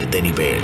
de nivel.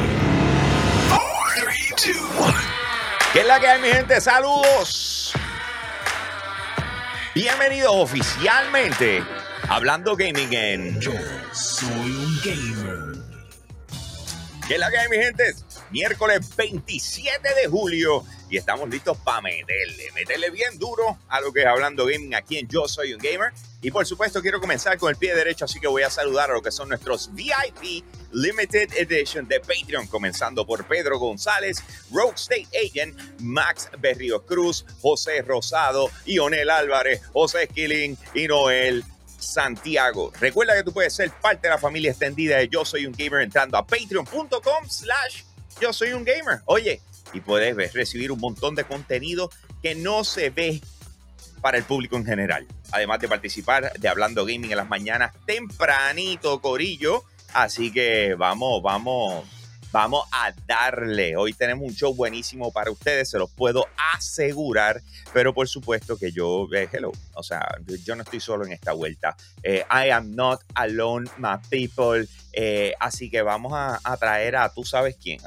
4, 3, 2, 1. ¿Qué es la que hay, mi gente? ¡Saludos! Bienvenidos oficialmente a Hablando Gaming en Yo soy un gamer. ¿Qué es la que hay, mi gente? Miércoles 27 de julio y estamos listos para meterle bien duro a lo que es Hablando Gaming aquí en Yo Soy un Gamer. Y por supuesto quiero comenzar con el pie derecho, así que voy a saludar a lo que son nuestros VIP Limited Edition de Patreon, comenzando por Pedro González, Rogue State Agent, Max Berrío Cruz, José Rosado, Ionel Álvarez, José Esquilín y Noel Santiago. Recuerda que tú puedes ser parte de la familia extendida de Yo Soy un Gamer entrando a patreon.com/Yo Soy un Gamer. Oye, y puedes recibir un montón de contenido que no se ve para el público en general. Además de participar de Hablando Gaming en las mañanas tempranito, corillo. Así que vamos a darle. Hoy tenemos un show buenísimo para ustedes, se los puedo asegurar. Pero por supuesto que yo, hello, o sea, yo no estoy solo en esta vuelta. I am not alone, my people. Así que vamos a traer a tú sabes quién,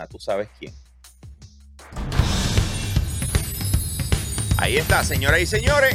Ahí está, señoras y señores.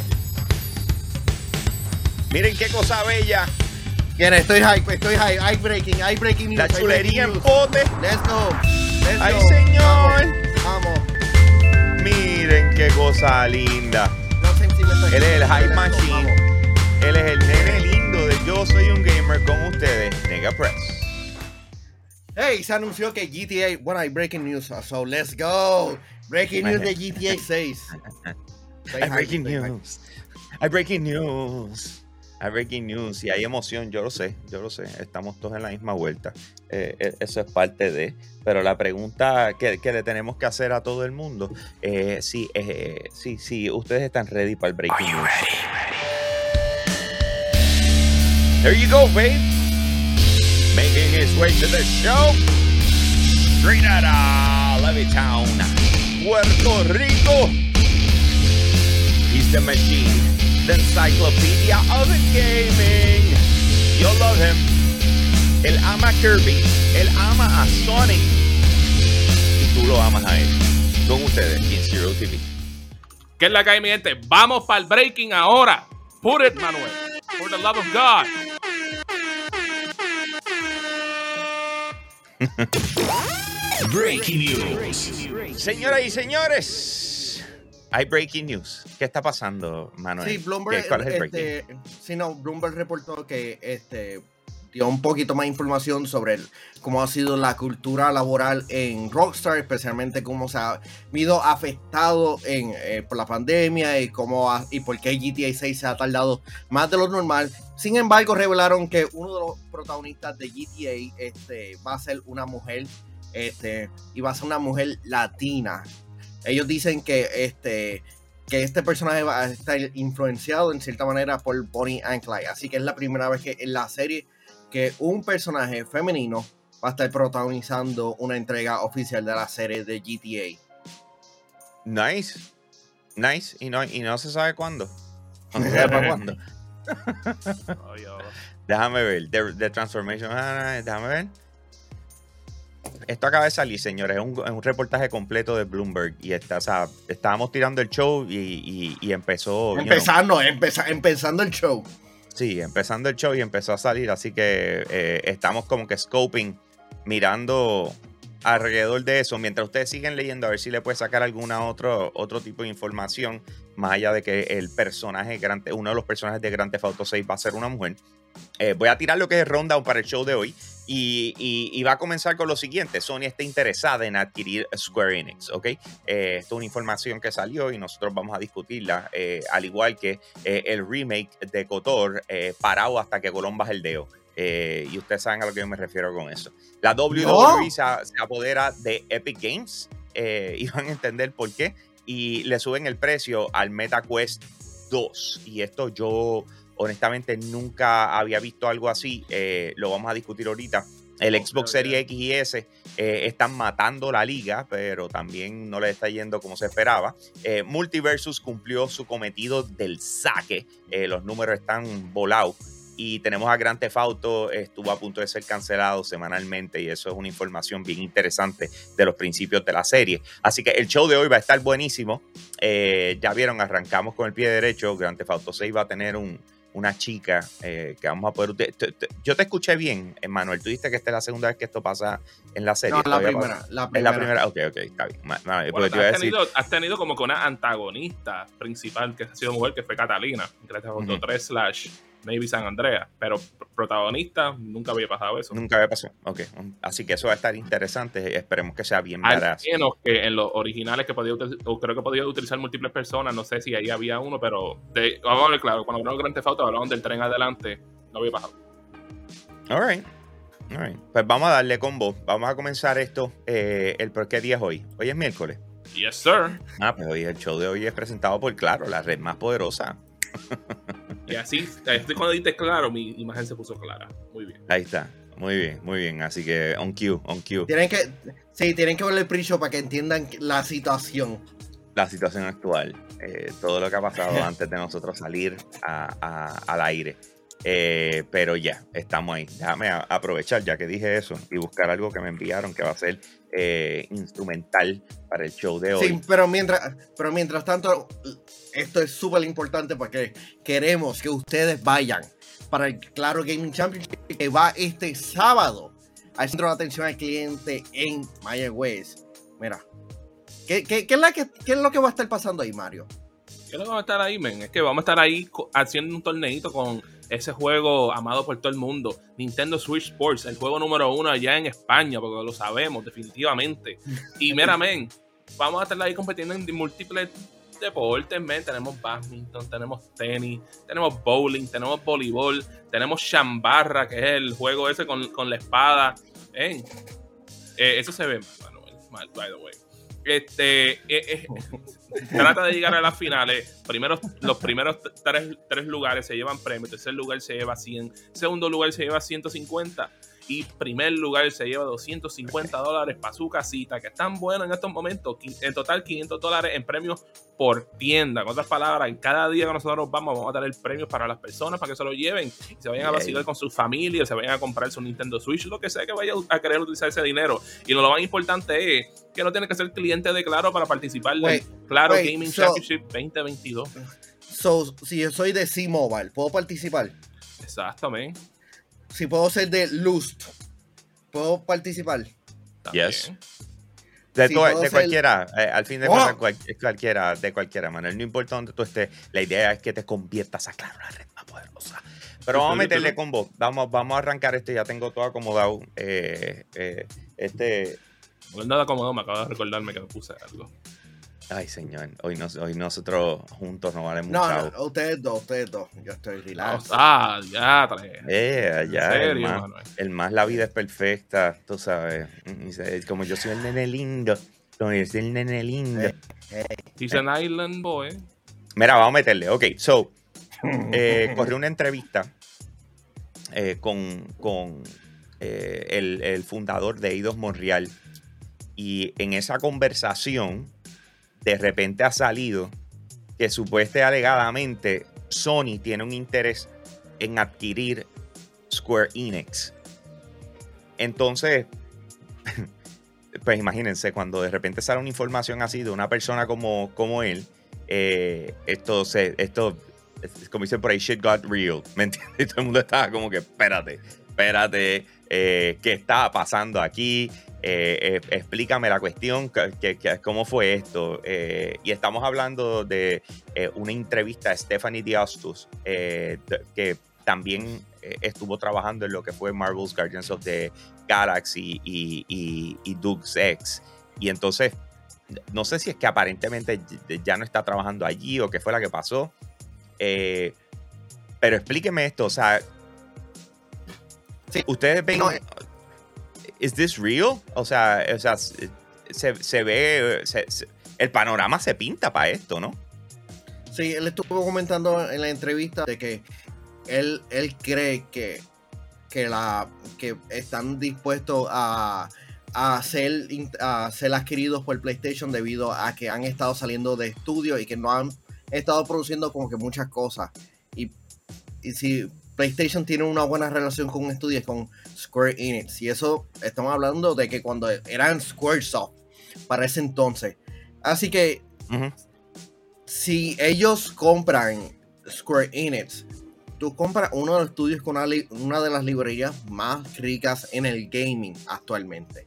Miren qué cosa bella. Bien, estoy hype, eye breaking news. La chulería en pote. Let's go. ¡Ay, señor! Vamos. Miren qué cosa linda. No sentimientos. Él es el Hype Let's go, Machine. vamos. Él es el nene lindo de Yo Soy un Gamer con ustedes, Nega Press. Hey, se anunció que GTA, bueno, hay breaking news, so let's go. Breaking news de GTA 6. Hay breaking news. Hay breaking news. Hay breaking news y hay emoción, yo lo sé. Estamos todos en la misma vuelta. Eso es parte de. Pero la pregunta que le tenemos que hacer a todo el mundo, sí, ustedes están ready para el breaking news. There you go, babe. Making his way to the show. Straight out of Levittown, Puerto Rico. He's the machine, the encyclopedia of gaming. You'll love him. Él ama a Kirby, él ama a Sonic. Y tú lo amas a él. Con ustedes, en Zero TV. ¿Qué es la que hay, mi gente? Vamos para el breaking ahora. Put it, Manuel. For the love of God. Breaking news. Señoras y señores, hay breaking news. ¿Qué está pasando, Manuel? Sí, Bloomberg, ¿Cuál es el breaking? Bloomberg reportó que dio un poquito más información sobre cómo ha sido la cultura laboral en Rockstar, especialmente cómo se ha visto afectado por la pandemia y por qué GTA 6 se ha tardado más de lo normal. Sin embargo, revelaron que uno de los protagonistas de GTA va a ser una mujer, y va a ser una mujer latina. Ellos dicen que este personaje va a estar influenciado en cierta manera por Bonnie and Clyde. Así que es la primera vez que en la serie que un personaje femenino va a estar protagonizando una entrega oficial de la serie de GTA. Nice. Y no se sabe cuándo. No se sabe para cuándo. Déjame ver. The Transformation. Déjame ver. Esto acaba de salir, señores. Es un reportaje completo de Bloomberg. Y estábamos tirando el show y empezó. Empezando el show. Sí, empezando el show y empezó a salir. Así que estamos como que scoping, mirando alrededor de eso. Mientras ustedes siguen leyendo, a ver si le puede sacar otro tipo de información. Más allá de que uno de los personajes de Grand Theft Auto 6 va a ser una mujer. Voy a tirar lo que es el rundown para el show de hoy. Y va a comenzar con lo siguiente. Sony está interesada en adquirir Square Enix, ¿ok? Esto es una información que salió y nosotros vamos a discutirla, al igual que el remake de KOTOR, parado hasta que Colón baje el dedo. Y ustedes saben a lo que yo me refiero con eso. La WWE se apodera de Epic Games, y van a entender por qué. Y le suben el precio al MetaQuest 2. Y esto yo honestamente nunca había visto algo así. Lo vamos a discutir ahorita. El Xbox Series X y S están matando la liga, pero también no le está yendo como se esperaba. Multiversus cumplió su cometido del saque. Los números están volados. Y tenemos a Grand Theft Auto, estuvo a punto de ser cancelado semanalmente y eso es una información bien interesante de los principios de la serie. Así que el show de hoy va a estar buenísimo. Ya vieron, arrancamos con el pie derecho. Grand Theft Auto 6 va a tener una chica que vamos a poder... Yo te escuché bien, Manuel. Tú dijiste que esta es la segunda vez que esto pasa en la serie. No, la primera. ¿Es la primera? Ok, está bien. Bueno, has tenido como que una antagonista principal que ha sido mujer, que fue Catalina. Grand Theft Auto 3 / Maybe San Andreas, pero protagonista nunca había pasado eso. Nunca había pasado, ok. Así que eso va a estar interesante. Esperemos que sea bien veraz. Al menos que en los originales que podía creo que podía utilizar múltiples personas, no sé si ahí había uno, pero vamos a ver, claro, cuando hablamos de Grand Theft Auto, hablamos del tren adelante, no había pasado. All right. Pues vamos a darle con vos. Vamos a comenzar esto. ¿Qué día es hoy? Hoy es miércoles. Yes, sir. Pues hoy el show de hoy es presentado por Claro, la red más poderosa. Y así, cuando diste claro, mi imagen se puso clara. Muy bien. Ahí está. Muy bien. Así que on cue. Tienen que ver el pre-show para que entiendan la situación. La situación actual. Todo lo que ha pasado antes de nosotros salir al aire. Pero ya, estamos ahí. Déjame aprovechar, ya que dije eso, y buscar algo que me enviaron que va a ser instrumental para el show de hoy. Sí, pero mientras tanto, esto es súper importante porque queremos que ustedes vayan para el Claro Gaming Championship que va este sábado al Centro de Atención al Cliente en Mayagüez. Mira, ¿qué es lo que va a estar pasando ahí, Mario? ¿Qué es lo que va a estar ahí, men? Es que vamos a estar ahí haciendo un torneito con ese juego amado por todo el mundo, Nintendo Switch Sports, el juego número 1 allá en España, porque lo sabemos definitivamente. Y mira, men, vamos a estar ahí compitiendo en múltiples deportes, men. Tenemos badminton, tenemos tenis, tenemos bowling, tenemos voleibol, tenemos chambarra, que es el juego ese con la espada. Eso se ve mal, by the way. Trata de llegar a las finales. Los primeros tres lugares se llevan premios. Tercer lugar se lleva 100. Segundo lugar se lleva 150. Y primer lugar se lleva $250 para su casita, que están buenos en estos momentos. En total, $500 en premios por tienda. En otras palabras, en cada día que nosotros vamos a tener premios para las personas para que se lo lleven y se vayan a vacilar con sus familias, se vayan a comprar su Nintendo Switch, lo que sea que vaya a querer utilizar ese dinero. Y lo más importante es que no tiene que ser cliente de Claro para participar en Claro Gaming Championship 2022. Si yo soy de C-Mobile, ¿puedo participar? Exactamente. Si puedo ser de Lust, ¿puedo participar? Yes. De cualquiera, al fin de cuentas, de cualquiera, Manuel. No importa dónde tú estés, la idea es que te conviertas a Claro, la red más poderosa. Pero vamos a meterle combo. Vamos a arrancar esto. Ya tengo todo acomodado. No es nada acomodado, me acabo de recordarme que me puse algo. Ay, señor. Hoy nosotros juntos no valemos mucho. No, ustedes dos. Yo estoy relax. Ya. El más la vida es perfecta, tú sabes. Como yo soy el nene lindo. He's an island boy. Mira, vamos a meterle. Ok, so. Corrí una entrevista con el fundador de Eidos Montreal. Y en esa conversación, de repente ha salido que supuestamente alegadamente Sony tiene un interés en adquirir Square Enix. Entonces, pues imagínense, cuando de repente sale una información así de una persona como él, esto, como dicen por ahí, shit got real, ¿me entiendes? Y todo el mundo estaba como que, espérate, ¿qué está pasando aquí? Explícame la cuestión, cómo fue esto. Y estamos hablando de una entrevista a Stephanie D'Astos, que también estuvo trabajando en lo que fue Marvel's Guardians of the Galaxy y Deus Ex. Y entonces, no sé si es que aparentemente ya no está trabajando allí o qué fue la que pasó. Pero explíqueme esto, o sea, sí, ustedes ven... No, ¿Is this real? O sea se ve... el panorama se pinta para esto, ¿no? Sí, él estuvo comentando en la entrevista de que él cree que están dispuestos a ser adquiridos por PlayStation debido a que han estado saliendo de estudio y que no han estado produciendo como que muchas cosas. Y si PlayStation tiene una buena relación con estudios con Square Enix. Y eso estamos hablando de que cuando eran Squaresoft para ese entonces. Así que si ellos compran Square Enix, tú compras uno de los estudios con una de las librerías más ricas en el gaming actualmente.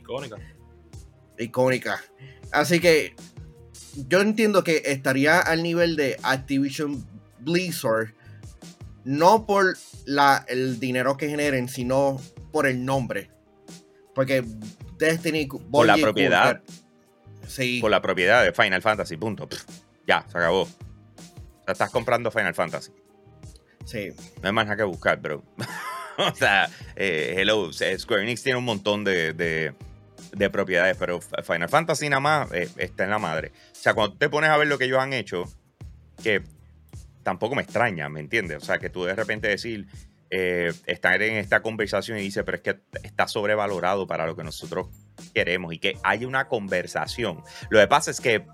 Icónica. Así que yo entiendo que estaría al nivel de Activision Blizzard, no por el dinero que generen, sino por el nombre. Porque Destiny, por la propiedad. Sí. Por la propiedad de Final Fantasy, punto. Ya, se acabó. O sea, estás comprando Final Fantasy. Sí. No hay más nada que buscar, bro. O sea, hello, Square Enix tiene un montón de propiedades, pero Final Fantasy nada más está en la madre. O sea, cuando te pones a ver lo que ellos han hecho, que tampoco me extraña, ¿me entiendes? O sea, que tú de repente decir, estar en esta conversación y dices, pero es que está sobrevalorado para lo que nosotros queremos y que hay una conversación. Lo que pasa es que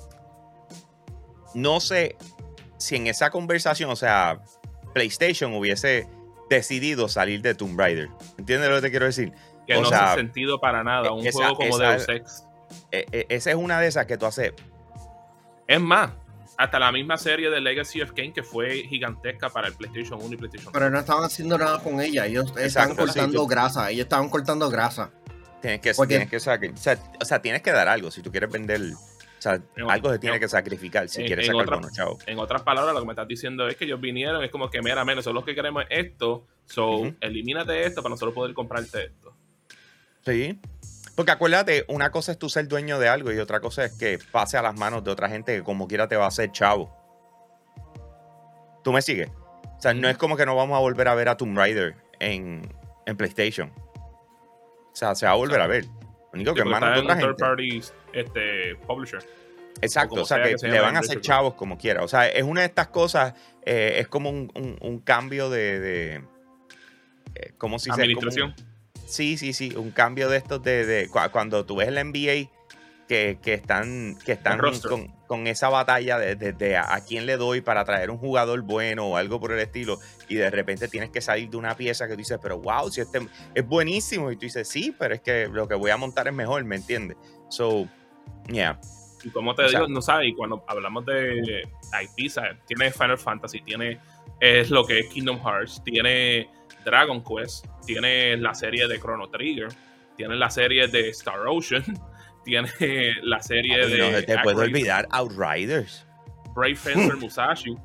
no sé si en esa conversación, o sea, PlayStation hubiese decidido salir de Tomb Raider. ¿Entiendes lo que te quiero decir? Que no hace sentido para nada. Un juego como Deus Ex. Esa es una de esas que tú haces. Es más, hasta la misma serie de Legacy of Kain, que fue gigantesca para el PlayStation 1 y PlayStation 2. Pero no estaban haciendo nada con ella. Ellos estaban cortando grasa. Ellos estaban cortando grasa. Tienes que tienes que dar algo si tú quieres vender. O sea, algo se tiene que sacrificar si quieres sacar bueno, chavo. En otras palabras, lo que me estás diciendo es que ellos vinieron, es como que, mira, menos, son los que queremos esto, elimínate esto para nosotros poder comprarte esto. Sí, porque acuérdate, una cosa es tú ser dueño de algo y otra cosa es que pase a las manos de otra gente que como quiera te va a hacer chavo. ¿Tú me sigues? O sea, no es como que no vamos a volver a ver a Tomb Raider en PlayStation. O sea, se va a volver a ver. Lo único que en manos de otra gente. Third party, publisher. Exacto, o sea que le van a hacer chavos como quiera. O sea, es una de estas cosas, es como un cambio de ¿cómo se dice? Administración. Sí, un cambio de estos de cuando tú ves el NBA que están con esa batalla de a quién le doy para traer un jugador bueno o algo por el estilo, y de repente tienes que salir de una pieza que tú dices, pero wow, si este es buenísimo, y tú dices, sí, pero es que lo que voy a montar es mejor, ¿me entiendes? So, yeah. Y como te digo, no sabes, y cuando hablamos de IP, ¿sabes? Tiene Final Fantasy, tiene lo que es Kingdom Hearts, tiene Dragon Quest, tiene la serie de Chrono Trigger, tiene la serie de Star Ocean, tiene la serie de... No se te puede olvidar Outriders, Brave Fencer Musashi,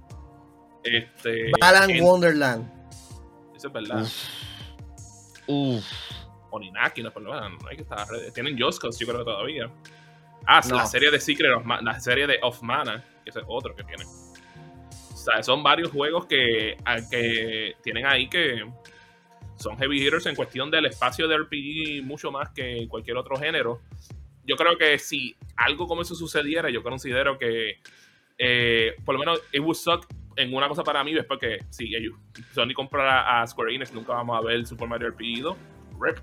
Balan Wonderland. Eso es verdad. Oninaki, no hay que estar. Tienen Just Cause, yo creo que todavía. La serie de Secret of Mana, la serie de Of Mana, que ese es otro que tienen. O sea, son varios juegos que tienen ahí que son heavy hitters en cuestión del espacio de RPG mucho más que cualquier otro género. Yo creo que si algo como eso sucediera, yo considero que por lo menos it would suck en una cosa para mí, es porque si Sony comprara a Square Enix, nunca vamos a ver el Super Mario RPG 2. RIP.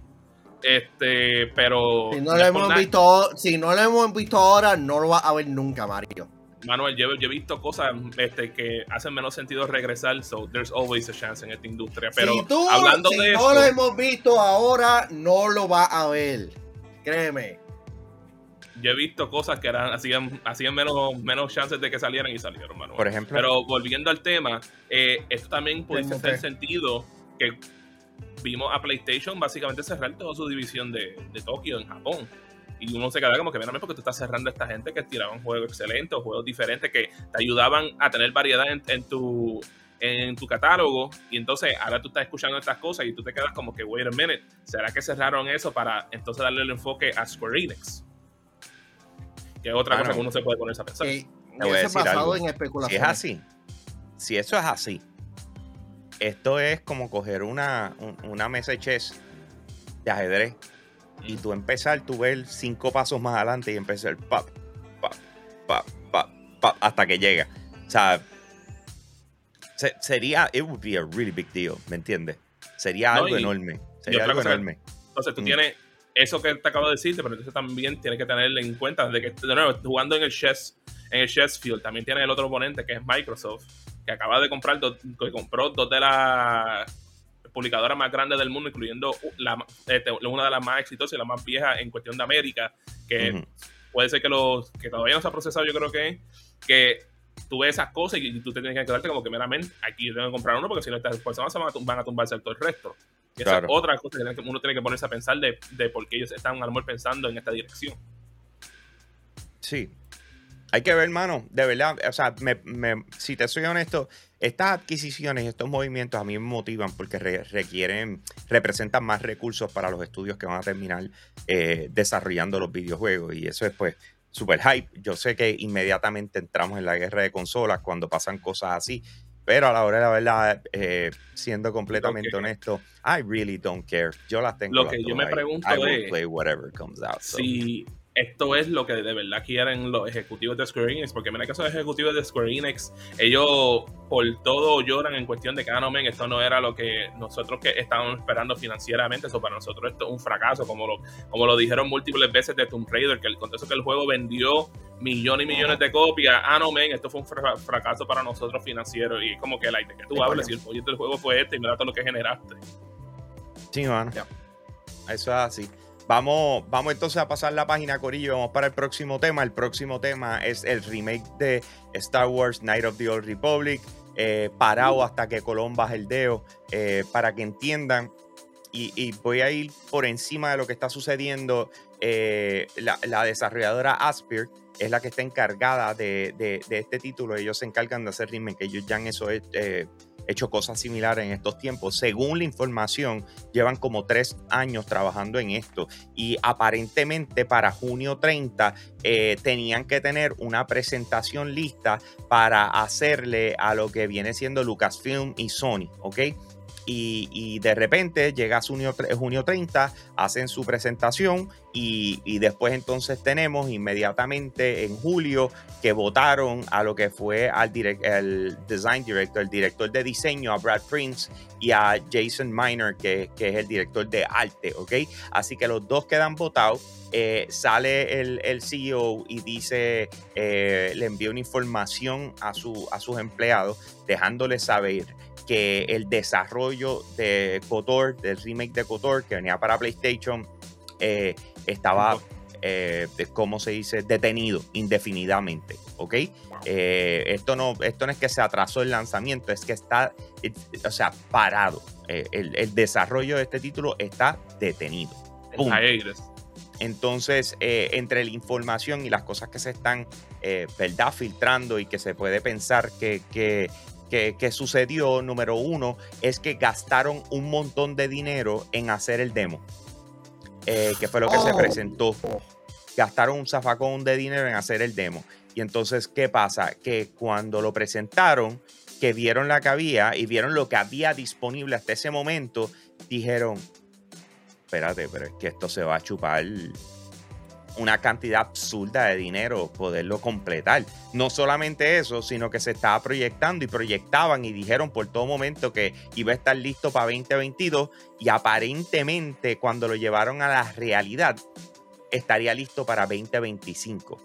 Pero si no lo hemos visto ahora, no lo va a ver nunca, Mario. Manuel, yo he visto cosas que hacen menos sentido regresar, so there's always a chance en esta industria. Pero si no lo hemos visto ahora, no lo va a ver. Créeme. Yo he visto cosas que hacían menos chances de que salieran y salieron, Manuel. Por ejemplo. Pero volviendo al tema, esto también puede hacer sentido que vimos a PlayStation básicamente cerrar toda su división de Tokio en Japón. Y uno se queda como que, mírame, porque tú estás cerrando a esta gente que tiraban juegos excelentes o juegos diferentes que te ayudaban a tener variedad en tu catálogo. Y entonces ahora tú estás escuchando estas cosas y tú te quedas como que, wait a minute, ¿será que cerraron eso para entonces darle el enfoque a Square Enix? Que es otra cosa que uno se puede ponerse a pensar. Te voy a decir algo. Si es así, si eso es así, esto es como coger una mesa de chess de ajedrez y tú ver 5 pasos más adelante y empezar pap, hasta que llega. O sea, it would be a really big deal, ¿me entiendes? Sería algo enorme. Sería algo enorme. Entonces tú tienes eso que te acabo de decirte, pero entonces también tienes que tenerle en cuenta de que, de nuevo, jugando en el chess field, también tienes el otro oponente que es Microsoft, que acaba de comprar, que compró dos de las publicadoras más grandes del mundo, incluyendo una de las más exitosas y la más vieja en cuestión de América, que puede ser que todavía no se ha procesado, yo creo que tú ves esas cosas y tú te tienes que quedarte como que meramente aquí yo tengo que comprar uno porque si no estas personas van a tumbarse todo el resto. Y esa es otra cosa que uno tiene que ponerse a pensar de por qué ellos están a lo mejor pensando en esta dirección. Sí. Hay que ver, hermano, de verdad, o sea, si te soy honesto, estas adquisiciones, estos movimientos a mí me motivan porque representan más recursos para los estudios que van a terminar desarrollando los videojuegos, y eso es pues super hype. Yo sé que inmediatamente entramos en la guerra de consolas cuando pasan cosas así, pero a la hora de la verdad, siendo completamente honesto, I really don't care. Yo las tengo. Lo que yo me pregunto I will play whatever comes out. Si esto es lo que de verdad quieren los ejecutivos de Square Enix, porque en el caso de los ejecutivos de Square Enix, ellos por todo lloran en cuestión de que esto no era lo que nosotros que estábamos esperando financieramente. Eso para nosotros esto es un fracaso, como lo dijeron múltiples veces de Tomb Raider, que el contexto que el juego vendió millones y millones de copias. Esto fue un fracaso para nosotros financiero, y es como que de que tú hables, y el proyecto del juego fue y mira todo lo que generaste. Sí, mano. Yeah. Eso es así. Vamos entonces a pasar la página, corillo. Vamos para el próximo tema. El próximo tema es el remake de Star Wars Knights of the Old Republic. Parado hasta que Colón baje el dedo. Para que entiendan. Y voy a ir por encima de lo que está sucediendo. La desarrolladora Aspyr es la que está encargada de este título. Ellos se encargan de hacer remake. Ellos ya han hecho cosas similares en estos tiempos. Según la información, llevan como 3 años trabajando en esto, y aparentemente para junio 30 tenían que tener una presentación lista para hacerle a lo que viene siendo Lucasfilm y Sony, ¿ok? Y de repente llega junio 30, hacen su presentación y después entonces tenemos inmediatamente en julio que votaron a lo que fue el design director, el director de diseño, a Brad Prince, y a Jason Miner, que es el director de arte, ¿ok? Así que los dos quedan votados. Sale el CEO y dice, le envía una información a sus empleados, dejándoles saber que el desarrollo de KOTOR, del remake de KOTOR que venía para PlayStation, estaba, ¿cómo se dice?, detenido indefinidamente, ¿ok? Esto no es que se atrasó el lanzamiento, es que está, parado. El desarrollo de este título está detenido. Entonces, entre la información y las cosas que se están, ¿verdad?, filtrando y que se puede pensar que sucedió, número uno, es que gastaron un montón de dinero en hacer el demo, que fue lo que se presentó. Gastaron un zafacón de dinero en hacer el demo. Y entonces, ¿qué pasa? Que cuando lo presentaron, que vieron la que había y vieron lo que había disponible hasta ese momento, dijeron, espérate, pero es que esto se va a chupar una cantidad absurda de dinero poderlo completar. No solamente eso, sino que se estaba proyectando y proyectaban y dijeron por todo momento que iba a estar listo para 2022, y aparentemente cuando lo llevaron a la realidad estaría listo para 2025.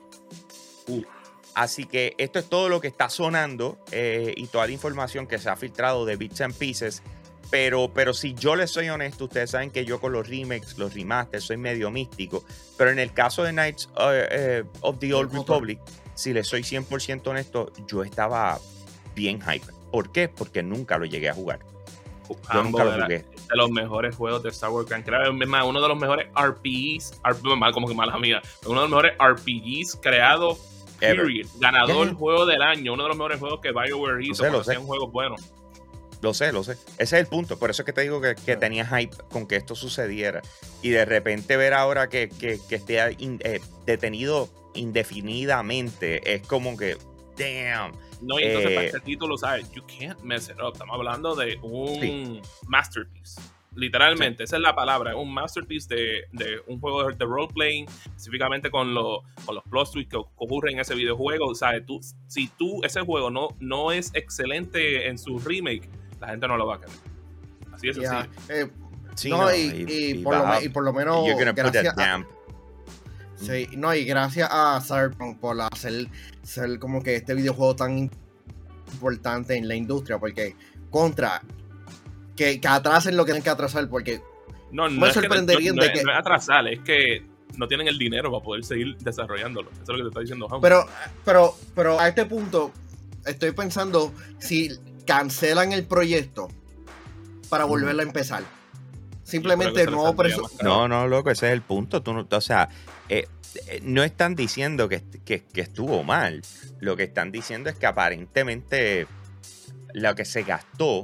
Así que esto es todo lo que está sonando, y toda la información que se ha filtrado de Bits and Pieces. Pero si yo les soy honesto, ustedes saben que yo con los remakes, los remasters, soy medio místico. Pero en el caso de Knights of the Old Republic, si les soy 100% honesto, yo estaba bien hype. ¿Por qué? Porque nunca lo llegué a jugar. Yo nunca lo jugué. De los mejores juegos de Star Wars que han creado. Es más, uno de los mejores RPGs, como que mala mía, uno de los mejores RPGs creados, period. Ganador juego del año. Uno de los mejores juegos que BioWare hizo. Lo sé. Un juego bueno. Lo sé. Ese es el punto. Por eso es que te digo que tenía hype con que esto sucediera. Y de repente ver ahora que esté detenido indefinidamente es como que, damn. No, y entonces para este título, ¿sabes? You can't mess it up. Estamos hablando de un masterpiece. Literalmente, esa es la palabra. Un masterpiece de un juego de roleplaying, específicamente con los plot twists que ocurren en ese videojuego. O sea, si ese juego no es excelente en su remake, la gente no lo va a querer. Así es así. Y por lo menos gracias a Cyberpunk por hacer como que este videojuego tan importante en la industria, porque que atrasen lo que tienen que atrasar, porque No me sorprendería de que... no es atrasar, es que no tienen el dinero para poder seguir desarrollándolo. Eso es lo que te está diciendo Ham. Pero a este punto estoy pensando si cancelan el proyecto para volverlo a empezar. Simplemente no... No, loco, ese es el punto. O sea, no están diciendo que estuvo mal. Lo que están diciendo es que aparentemente lo que se gastó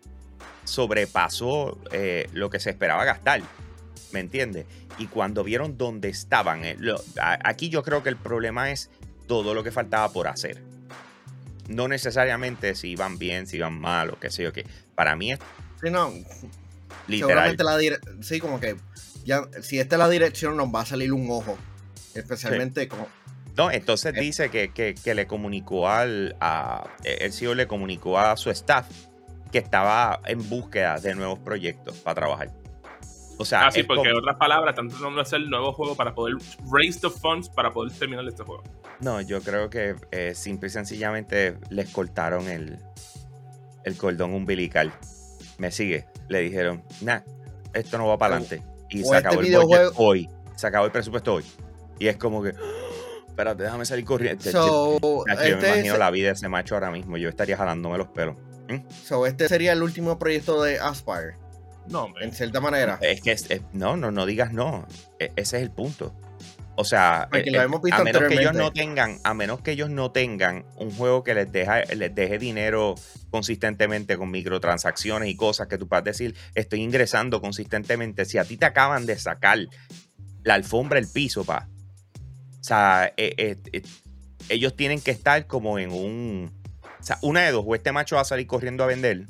sobrepasó lo que se esperaba gastar. ¿Me entiendes? Y cuando vieron dónde estaban, aquí yo creo que el problema es todo lo que faltaba por hacer. No necesariamente si iban bien, si iban mal o qué sé yo qué. Para mí es sí, no, literal. Sí, como que ya, si esta es la dirección nos va a salir un ojo. Especialmente como... No, entonces dice que le comunicó el CEO le comunicó a su staff que estaba en búsqueda de nuevos proyectos para trabajar. O sea, sí, porque en otras palabras están tratando de hacer el nuevo juego para poder raise the funds para poder terminar este juego. No, yo creo que simple y sencillamente les cortaron el cordón umbilical. ¿Me sigue? Le dijeron, esto no va para adelante. Y se acabó el budget hoy. Se acabó el presupuesto hoy. Y es como que, espérate, déjame salir corriendo. Yo me imagino la vida de ese macho ahora mismo. Yo estaría jalándome los pelos. Este sería el último proyecto de Aspyr. No, man. En cierta manera. Es que no digas no. Ese es el punto. O sea, lo hemos visto a menos que ellos no tengan un juego que les deje dinero consistentemente con microtransacciones y cosas que tú puedas decir, estoy ingresando consistentemente. Si a ti te acaban de sacar la alfombra, el piso, o sea, ellos tienen que estar como en o sea, una de dos, o este macho va a salir corriendo a vender.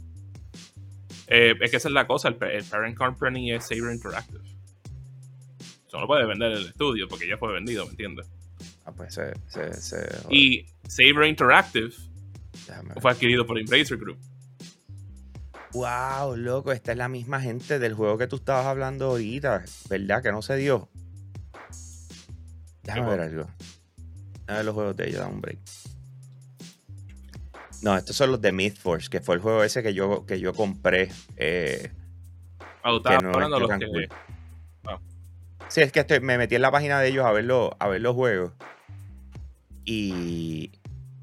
Es que esa es la cosa, el parent company es Saber Interactive. No puede vender el estudio porque ya fue vendido, ¿me entiendes? Pues y Saber Interactive fue adquirido por Embracer Group. Wow, loco, esta es la misma gente del juego que tú estabas hablando ahorita, ¿verdad? Que no se dio. Déjame ver algo. A ver los juegos de ellos, da un break. No, estos son los de Mythforce, que fue el juego ese que yo compré. Hablando los que... Cool. Sí, es que me metí en la página de ellos a ver los juegos. Y...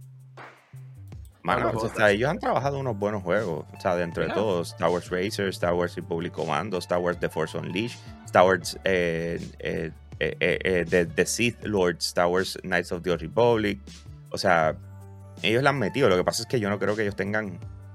Mano, ellos han trabajado unos buenos juegos. O sea, dentro de todos. Star Wars Racer, Star Wars Republic Commando, Star Wars The Force Unleashed, Star Wars The Sith Lord, Star Wars Knights of the Old Republic. O sea, ellos la han metido. Lo que pasa es que yo no creo que ellos tengan...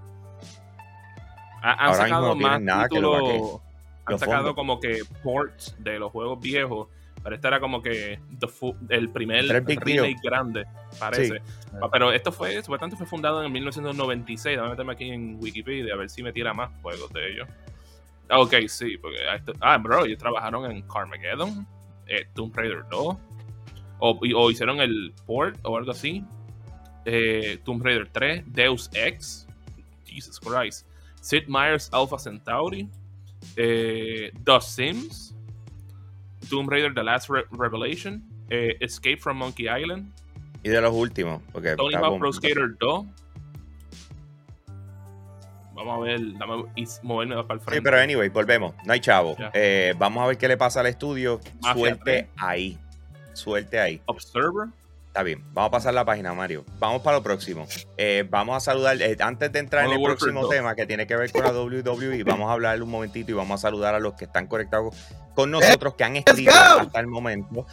Han sacado más nada títulos... Han sacado como que ports de los juegos viejos, pero este era como que el primer remake grande, parece. Sí. Pero esto supuestamente fue fundado en 1996. Déjame meterme aquí en Wikipedia a ver si me tira más juegos de ellos. Ok, sí, porque bro, ellos trabajaron en Carmageddon, Tomb Raider 2, o hicieron el port o algo así. Tomb Raider 3, Deus Ex, Jesus Christ, Sid Meier's Alpha Centauri, The Sims, Tomb Raider The Last Revelation, Escape from Monkey Island, y de los últimos, porque Tony Hawk Pro Skater 2. Vamos a ver, dame moverme para el frente. Sí, pero anyway, volvemos, no hay chavo. Vamos a ver qué le pasa al estudio. Suerte ahí. Observer. Está bien, vamos a pasar la página, Mario. Vamos para lo próximo. Vamos a saludar, antes de entrar en el próximo tema que tiene que ver con la WWE, vamos a hablar un momentito y vamos a saludar a los que están conectados con nosotros, que han escrito hasta el momento.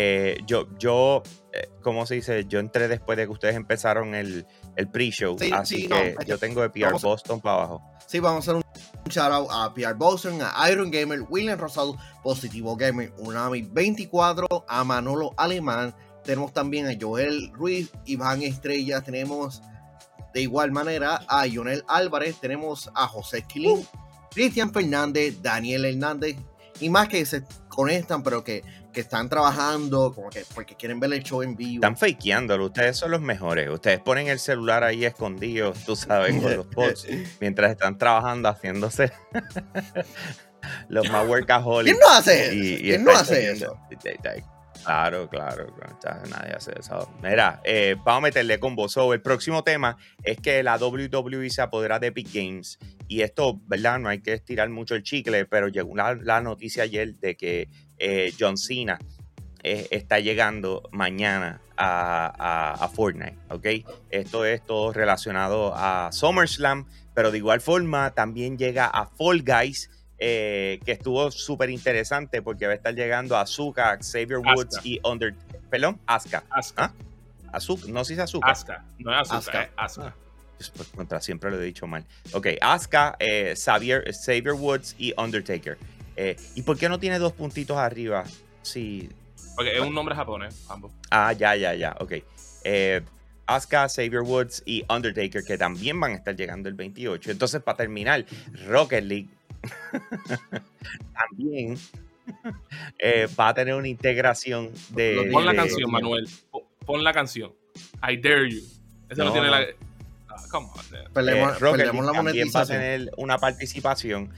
¿Cómo se dice? Yo entré después de que ustedes empezaron el pre-show, yo tengo de PR Boston para abajo. Sí, vamos a hacer un shout out a PR Boston, a Iron Gamer, William Rosado, Positivo Gamer, Unami 24, a Manolo Alemán. Tenemos también a Joel Ruiz, Iván Estrella, tenemos de igual manera a Lionel Álvarez, tenemos a José Esquilín, Cristian Fernández, Daniel Hernández y más que se conectan, pero que están trabajando como que porque quieren ver el show en vivo. Están fakeándolo, ustedes son los mejores. Ustedes ponen el celular ahí escondido, tú sabes, con los posts, mientras están trabajando, haciéndose los más workaholics. ¿Quién no hace eso? ¿Quién no hace eso? Claro. Nadie hace eso. Mira, vamos a meterle con vos. El próximo tema es que la WWE se apodera de Epic Games. Y esto, ¿verdad? No hay que estirar mucho el chicle, pero llegó la noticia ayer de que John Cena está llegando mañana a Fortnite, ¿ok? Esto es todo relacionado a SummerSlam, pero de igual forma también llega a Fall Guys, que estuvo súper interesante porque va a estar llegando a Asuka, Xavier Woods y Asuka. Asuka. Asuka, no sé si es Asuka. Asuka, no es Asuka, es Asuka. Pues, contra, siempre lo he dicho mal. Ok, Asuka, Xavier Woods y Undertaker. ¿Y por qué no tiene 2 puntitos arriba? Sí. Porque es un nombre japonés, ambos. Ah, ya, ok. Asuka, Xavier Woods y Undertaker, que también van a estar llegando el 28. Entonces, para terminar, Rocket League también va a tener una integración de... Pon la canción, Manuel. Pon la canción. I dare you. Esa no tiene la... come on, man. Perdemos Rocket la League también va a monetización. tener una participación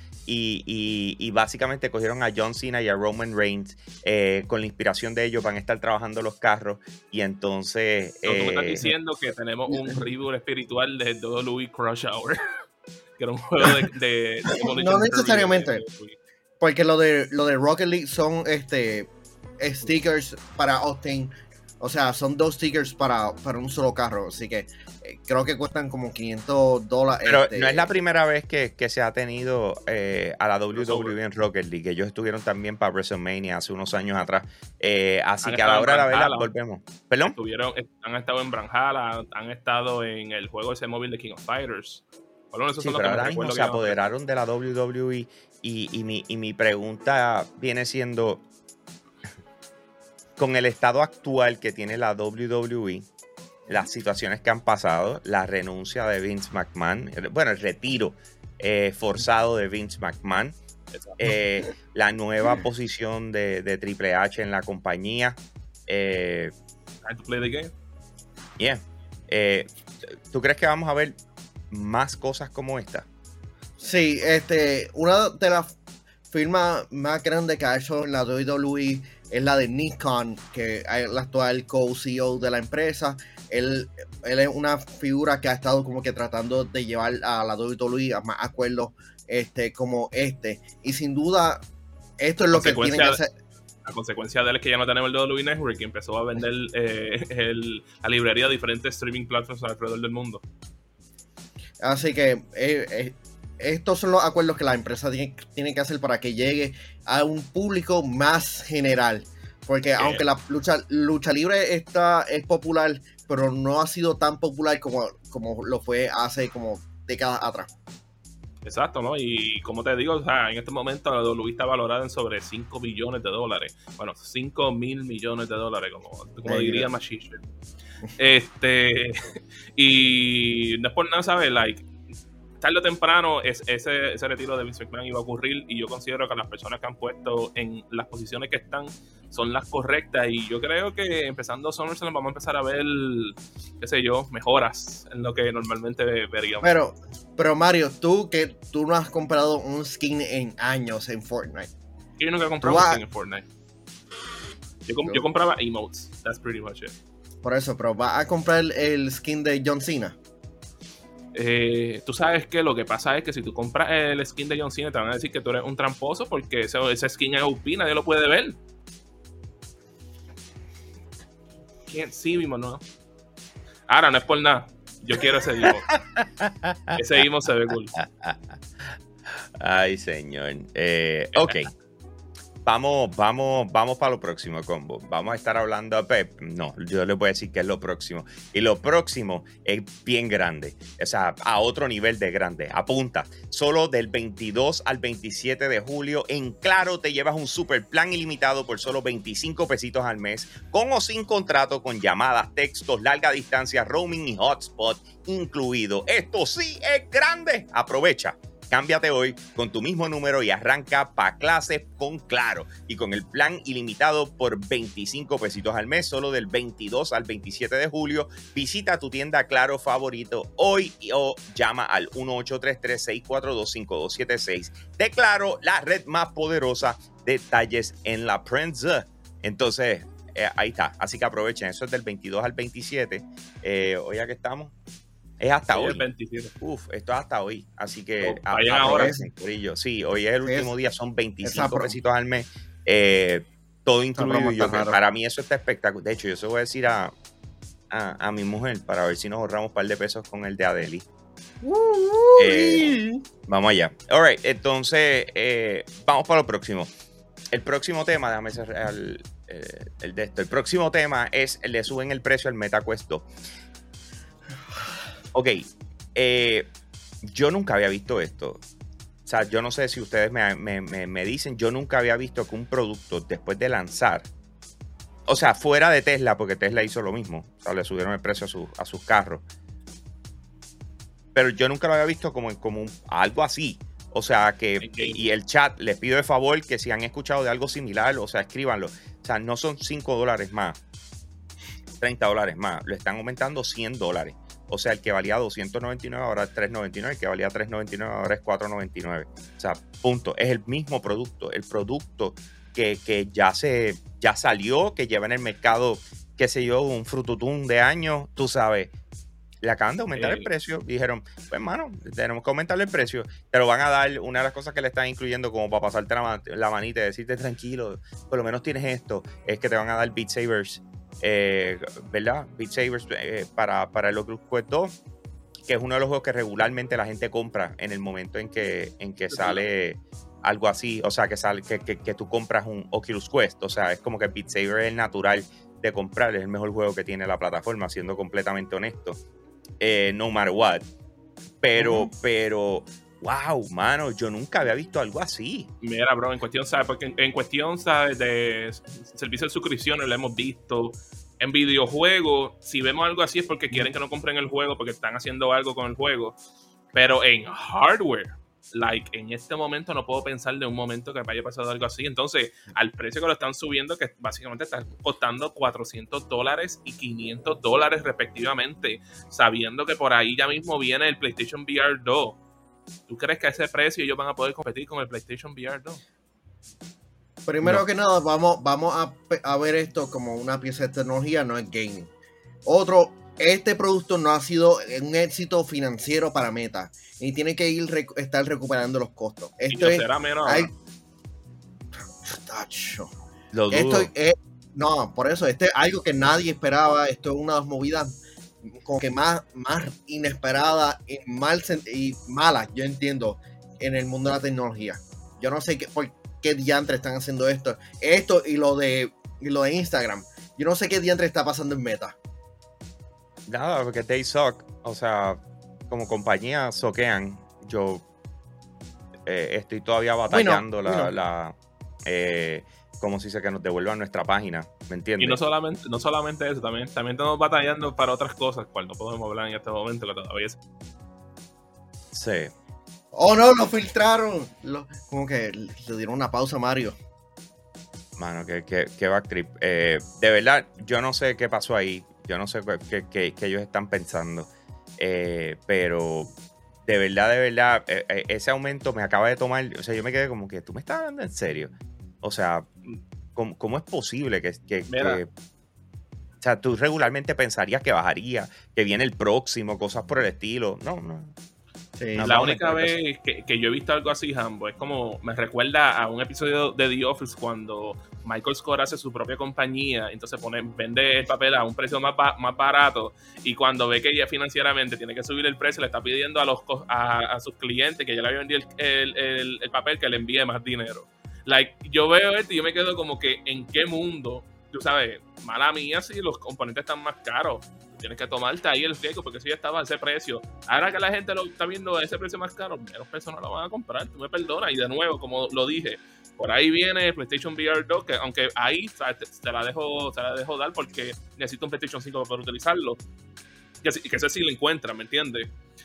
y básicamente cogieron a John Cena y a Roman Reigns, con la inspiración de ellos van a estar trabajando los carros y entonces... Tú me estás diciendo que tenemos un reboot espiritual de WWE Crush Hour, que era un juego de No necesariamente. Porque lo de Rocket League son stickers para Austin. O sea, son 2 stickers para un solo carro. Así que creo que cuestan como $500. Pero no es la primera vez que se ha tenido a la WWE en Rocket League. Ellos estuvieron también para WrestleMania hace unos años atrás. Así que a la hora de la verdad volvemos. ¿Perdón? Han estado en Brawlhalla, han estado en el juego ese móvil de King of Fighters. Bueno, esos son los pero que ahora mismo se apoderaron de la WWE y mi pregunta viene siendo, con el estado actual que tiene la WWE, las situaciones que han pasado, la renuncia de Vince McMahon, bueno, el retiro forzado de Vince McMahon, la nueva posición de Triple H en la compañía. Time to play the game. Yeah. ¿Tú crees que vamos a ver más cosas como esta? Sí, una de las firmas más grandes que ha hecho en la WWE es la de Nikon, que es el actual co-CEO de la empresa. Él es una figura que ha estado como que tratando de llevar a la WWE a más acuerdos como y sin duda esto es lo que tienen que hacer. La consecuencia de él es que ya no tenemos el WWE Network, que empezó a vender la librería de diferentes streaming platforms alrededor del mundo. Así que estos son los acuerdos que la empresa tiene que hacer para que llegue a un público más general. Porque aunque la lucha libre es popular, pero no ha sido tan popular como lo fue hace como décadas atrás. Exacto, ¿no? Y como te digo, o sea, en este momento la WWE está valorada en sobre $5 billones. Bueno, $5 mil millones, como diría Mashiach. Y no es por nada, ¿sabes? Tarde o temprano ese retiro de Vince McMahon iba a ocurrir, y yo considero que las personas que han puesto en las posiciones que están son las correctas, y yo creo que empezando SummerSlam vamos a empezar a ver, qué sé yo, mejoras en lo que normalmente veríamos. Pero Mario, tú no has comprado un skin en años en Fortnite. Yo nunca he comprado un skin en Fortnite. Yo compraba emotes, that's pretty much it. Por eso, pero ¿vas a comprar el skin de John Cena? Tú sabes que lo que pasa es que si tú compras el skin de John Cena te van a decir que tú eres un tramposo, porque ese skin es OP, nadie lo puede ver. Can't see me, ¿no? Ahora, no es por nada, yo quiero ese emote. Ese emote se ve cool. Ay, señor. Ok. Vamos para lo próximo, combo. Vamos a estar hablando a Pep. No, yo les voy a decir que es lo próximo. Y lo próximo es bien grande. O sea, a otro nivel de grande. Apunta. Solo del 22 al 27 de julio en Claro te llevas un super plan ilimitado por solo 25 pesitos al mes, con o sin contrato, con llamadas, textos, larga distancia, roaming y hotspot incluido. Esto sí es grande. Aprovecha. Cámbiate hoy con tu mismo número y arranca pa' clases con Claro. Y con el plan ilimitado por 25 pesitos al mes, solo del 22 al 27 de julio, visita tu tienda Claro favorito hoy o llama al 1833-642-5276. De Claro, la red más poderosa. Detalles en la prensa. Entonces, ahí está. Así que aprovechen. Eso es del 22 al 27. Hoy ya que estamos. Es hasta Sí, hoy. el 27. Esto es hasta hoy. Así que vayan ahora. aprovechen, corillo. Sí, hoy es el último día. Son 25 pesitos al mes. Todo incluido. Para mí eso está espectacular. De hecho, yo se voy a decir a mi mujer para ver si nos ahorramos un par de pesos con el de Adeli. Vamos allá. All right, entonces vamos para lo próximo. El próximo tema, déjame cerrar el de esto. El próximo tema es le suben el precio al MetaQuest 2. Ok, yo nunca había visto esto. O sea, yo no sé si ustedes me dicen, yo nunca había visto que un producto después de lanzar, o sea, fuera de Tesla, porque Tesla hizo lo mismo, o sea, le subieron el precio a sus carros. Pero yo nunca lo había visto como algo así. O sea, y el chat, les pido de favor que si han escuchado de algo similar, o sea, escríbanlo. O sea, no son $5 más, $30 más, lo están aumentando $100. O sea, el que valía $299 ahora es $399, el que valía $399 ahora es $499. O sea, punto. Es el mismo producto. El producto que ya salió, que lleva en el mercado, qué sé yo, un frututún de años, tú sabes. Le acaban de aumentar el precio. Dijeron, pues hermano, tenemos que aumentarle el precio. Te lo van a dar. Una de las cosas que le están incluyendo como para pasarte la manita y decirte tranquilo, por lo menos tienes esto, es que te van a dar Beat Sabers, ¿verdad? Beat Sabers para el Oculus Quest 2, que es uno de los juegos que regularmente la gente compra en el momento en que sale algo así. O sea, que tú compras un Oculus Quest. O sea, es como que Beat Saber es el natural de comprar. Es el mejor juego que tiene la plataforma, siendo completamente honesto. No matter what. Pero, wow, mano, yo nunca había visto algo así. Mira, bro, en cuestión, ¿sabes? Porque en cuestión, ¿sabes? De servicio de suscripciones lo hemos visto. En videojuegos, si vemos algo así es porque quieren que no compren el juego, porque están haciendo algo con el juego. Pero en hardware, en este momento no puedo pensar de un momento que vaya pasado algo así. Entonces, al precio que lo están subiendo, que básicamente está costando $400 y $500 respectivamente, sabiendo que por ahí ya mismo viene el PlayStation VR 2. ¿Tú crees que a ese precio ellos van a poder competir con el PlayStation VR 2? Primero que nada, vamos a ver esto como una pieza de tecnología, no es gaming. Este producto no ha sido un éxito financiero para Meta y tiene que estar recuperando los costos. Esto es, será menos. Lo dudo. No, por eso, es algo que nadie esperaba. Esto es una de las movidas como que más inesperada y mala, yo entiendo, en el mundo de la tecnología. Yo no sé por qué diantre están haciendo esto y lo de Instagram. Yo no sé qué diantre está pasando en Meta. Nada, porque they suck. O sea, como compañía soquean. Yo estoy todavía batallando como se dice, que nos devuelvan nuestra página, ¿me entiendes? Y no solamente eso, también estamos batallando para otras cosas, cual no podemos hablar en este momento, que todavía es. Sí. Oh no, lo filtraron. Como que le dieron una pausa a Mario. Mano, que backtrip. De verdad, yo no sé qué pasó ahí. Yo no sé qué ellos están pensando. Pero de verdad, ese aumento me acaba de tomar. O sea, yo me quedé como que tú me estás hablando en serio. O sea, ¿cómo es posible que o sea, tú regularmente pensarías que bajaría, que viene el próximo, cosas por el estilo? No. Sí, la única vez que yo he visto algo así, Hambo, es como me recuerda a un episodio de The Office cuando Michael Scott hace su propia compañía, entonces vende el papel a un precio más barato, y cuando ve que ya financieramente tiene que subir el precio, le está pidiendo a sus clientes que ya le había vendido el papel, que le envíe más dinero. Yo veo esto y yo me quedo como que ¿en qué mundo? Tú sabes, mala mía si los componentes están más caros. Tienes que tomarte ahí el riesgo, porque si ya estaba a ese precio. Ahora que la gente lo está viendo a ese precio más caro, menos personas lo van a comprar. Tú me perdonas. Y de nuevo, como lo dije, por ahí viene el PlayStation VR 2, que aunque ahí te la dejo dar porque necesito un PlayStation 5 para poder utilizarlo. Que ese sí lo encuentran, ¿me entiendes?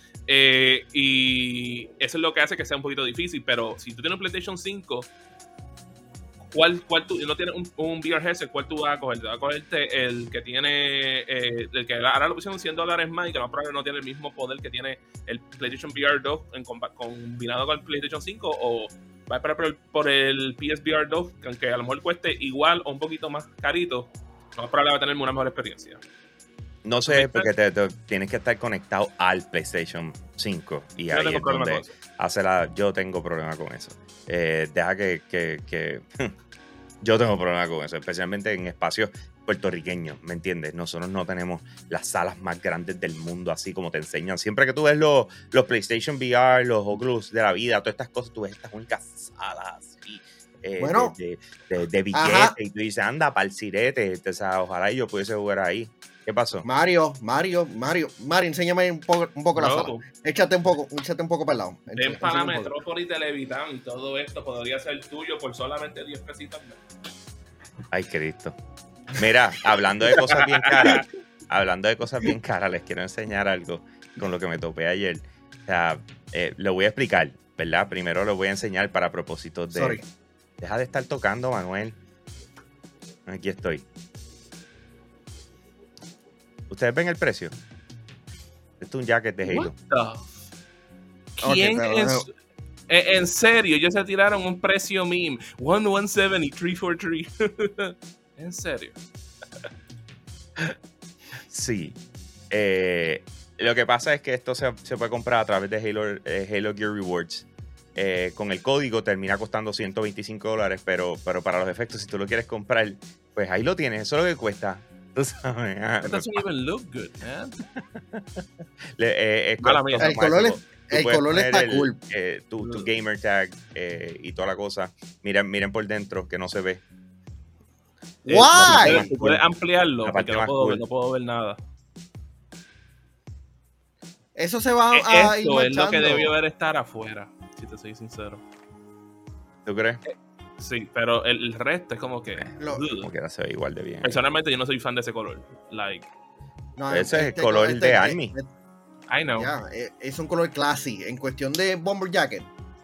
Y eso es lo que hace que sea un poquito difícil. Pero si tú tienes un PlayStation 5, ¿cuál tú no tienes un VR headset? ¿Cuál tú vas a coger? ¿Te vas a cogerte el que tiene el que ahora lo pusieron $100 más y que probablemente no tiene el mismo poder que tiene el PlayStation VR 2 combinado con el PlayStation 5? ¿O vas a esperar por el PSVR 2, que aunque a lo mejor cueste igual o un poquito más carito, Más probable va a tener una mejor experiencia. No sé, porque te tienes que estar conectado al PlayStation 5 y Yo ahí tengo es problema donde con eso. hace yo tengo problema con eso. Deja que yo tengo problema con eso, especialmente en espacios puertorriqueños, ¿me entiendes? Nosotros no tenemos las salas más grandes del mundo, así como te enseñan. Siempre que tú ves los PlayStation VR, los Oculus de la vida, todas estas cosas, tú ves estas únicas salas así, Bueno, de billetes, ajá. y tú dices, anda, pa'l sirete, o sea, ojalá yo pudiese jugar ahí. ¿Qué pasó? Mario, enséñame un poco la sala. Bro, Échate un poco para el lado. ven para Enséñame un poco. Metrópolis Televitán y todo esto podría ser tuyo por solamente 10 pesitos. Ay, Cristo. Mira, hablando de cosas bien caras, les quiero enseñar algo con lo que me topé ayer. O sea, lo voy a explicar, ¿verdad? Primero lo voy a enseñar para propósitos de... Sorry. Deja de estar tocando, Manuel. Aquí estoy. ¿Ustedes ven el precio? Esto es un jacket de Halo. ¿Quién Ok, pero- en serio? Ellos se tiraron un precio meme. 1170 y 343. En serio. Sí. Lo que pasa es que esto se puede comprar a través de Halo Gear Rewards. Con el código termina costando $125, pero para los efectos, si tú lo quieres comprar, pues ahí lo tienes. Eso es lo que cuesta. Tú sabes. That doesn't even look good, man. Mala mía. El color está cool. Tu gamer tag y toda la cosa. Miren por dentro, que no se ve. Why? Tú puedes ampliarlo La porque parte no más puedo, cool. no puedo ver nada. Eso se va a ir Esto es lo que manchando. debió haber estar afuera, si te soy sincero. ¿Tú crees? Sí, pero el resto es como que... Lo- ugh. Como que ahora se ve igual de bien. Personalmente yo no soy fan de ese color. Like, No, Ese es el color de Army. I know. Ya, es un color classy. En cuestión de Bomber Jacket,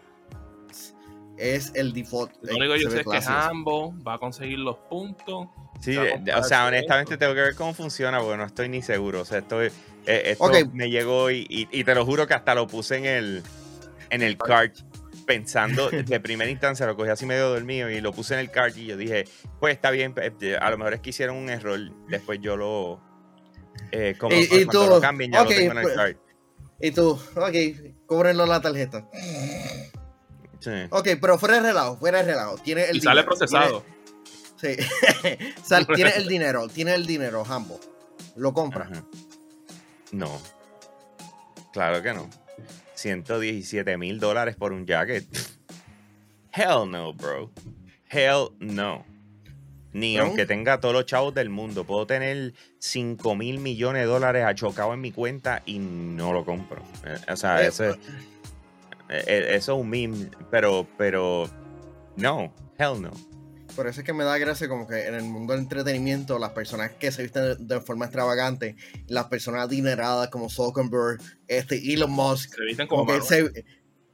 es el default. Lo único que yo se sé ve es que classy. Hambo va a conseguir los puntos. Sí, Va a o comprarse sea, honestamente esto. tengo que ver cómo funciona porque no estoy ni seguro. O sea, esto Ok. me llegó y te lo juro que hasta lo puse en el cart pensando, de primera instancia lo cogí así medio dormido y lo puse en el cart y yo dije, pues está bien, a lo mejor es que hicieron un error. Después yo lo... como Y cuando tú, lo cambien ya ok, lo tengo en el pues, cart. Y tú, ok, cóbrenlo la tarjeta. Sí. Ok, pero fuera de relajo. Tiene el Y sale dinero, procesado. Sí. Tiene el dinero, Hambo. Lo compra. Ajá. No. Claro que no. $117,000 por un jacket. Hell no, bro. Hell no. Ni ¿No? aunque tenga todos los chavos del mundo. Puedo tener $5,000 millones achocado en mi cuenta y no lo compro. O sea, eso es un meme. Pero no. Hell no. Por eso es que me da gracia como que en el mundo del entretenimiento las personas que se visten de forma extravagante, las personas adineradas como Zuckerberg, Elon Musk, Se visten como como que Manuel.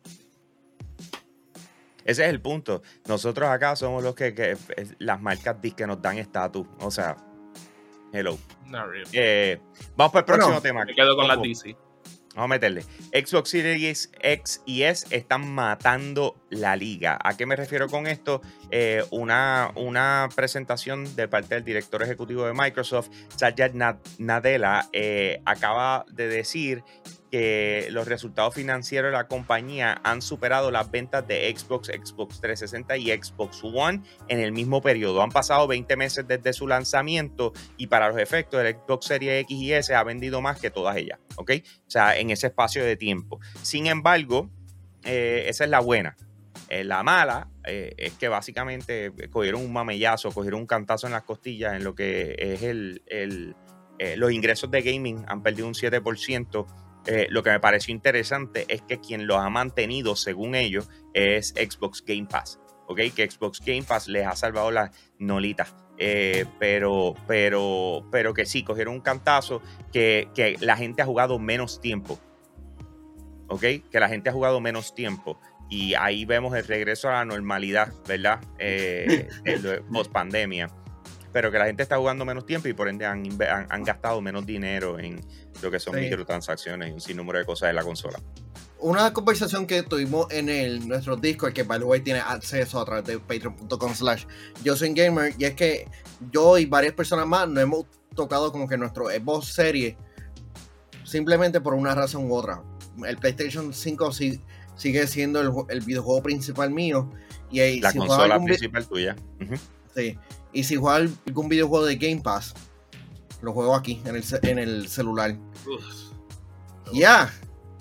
Ese es el punto. Nosotros acá somos los que las marcas que nos dan estatus. O sea, hello. Not really. Vamos para el próximo Bueno, tema. Me quedo con la Vamos. DC. Vamos a meterle. Xbox Series X y S están matando la liga. ¿A qué me refiero con esto? Una presentación de parte del director ejecutivo de Microsoft, Satya Nadella, acaba de decir que los resultados financieros de la compañía han superado las ventas de Xbox 360 y Xbox One en el mismo periodo. Han pasado 20 meses desde su lanzamiento y para los efectos el Xbox Series X y S ha vendido más que todas ellas, ¿ok? O sea, en ese espacio de tiempo. Sin embargo, esa es la buena. La mala es que básicamente cogieron un mamellazo, cogieron un cantazo en las costillas en lo que es los ingresos de gaming han perdido un 7%. Lo que me pareció interesante es que quien los ha mantenido, según ellos, es Xbox Game Pass. ¿Ok? Que Xbox Game Pass les ha salvado las nolitas. Pero que sí, cogieron un cantazo que la gente ha jugado menos tiempo. ¿Ok? Que la gente ha jugado menos tiempo. Y ahí vemos el regreso a la normalidad, ¿verdad? Post pandemia. Pero que la gente está jugando menos tiempo y por ende han gastado menos dinero en lo que son Sí. microtransacciones y un sinnúmero de cosas de la consola. una conversación que tuvimos en nuestro Discord, que by the way tiene acceso a través de patreon.com/YoSoyUnGamer, y es que yo y varias personas más no hemos tocado como que nuestro Xbox Series simplemente por una razón u otra. El PlayStation 5 sigue siendo el videojuego principal mío, y La si consola principal tuya. sí, y si juego algún videojuego de Game Pass, lo juego aquí en el celular. Ya.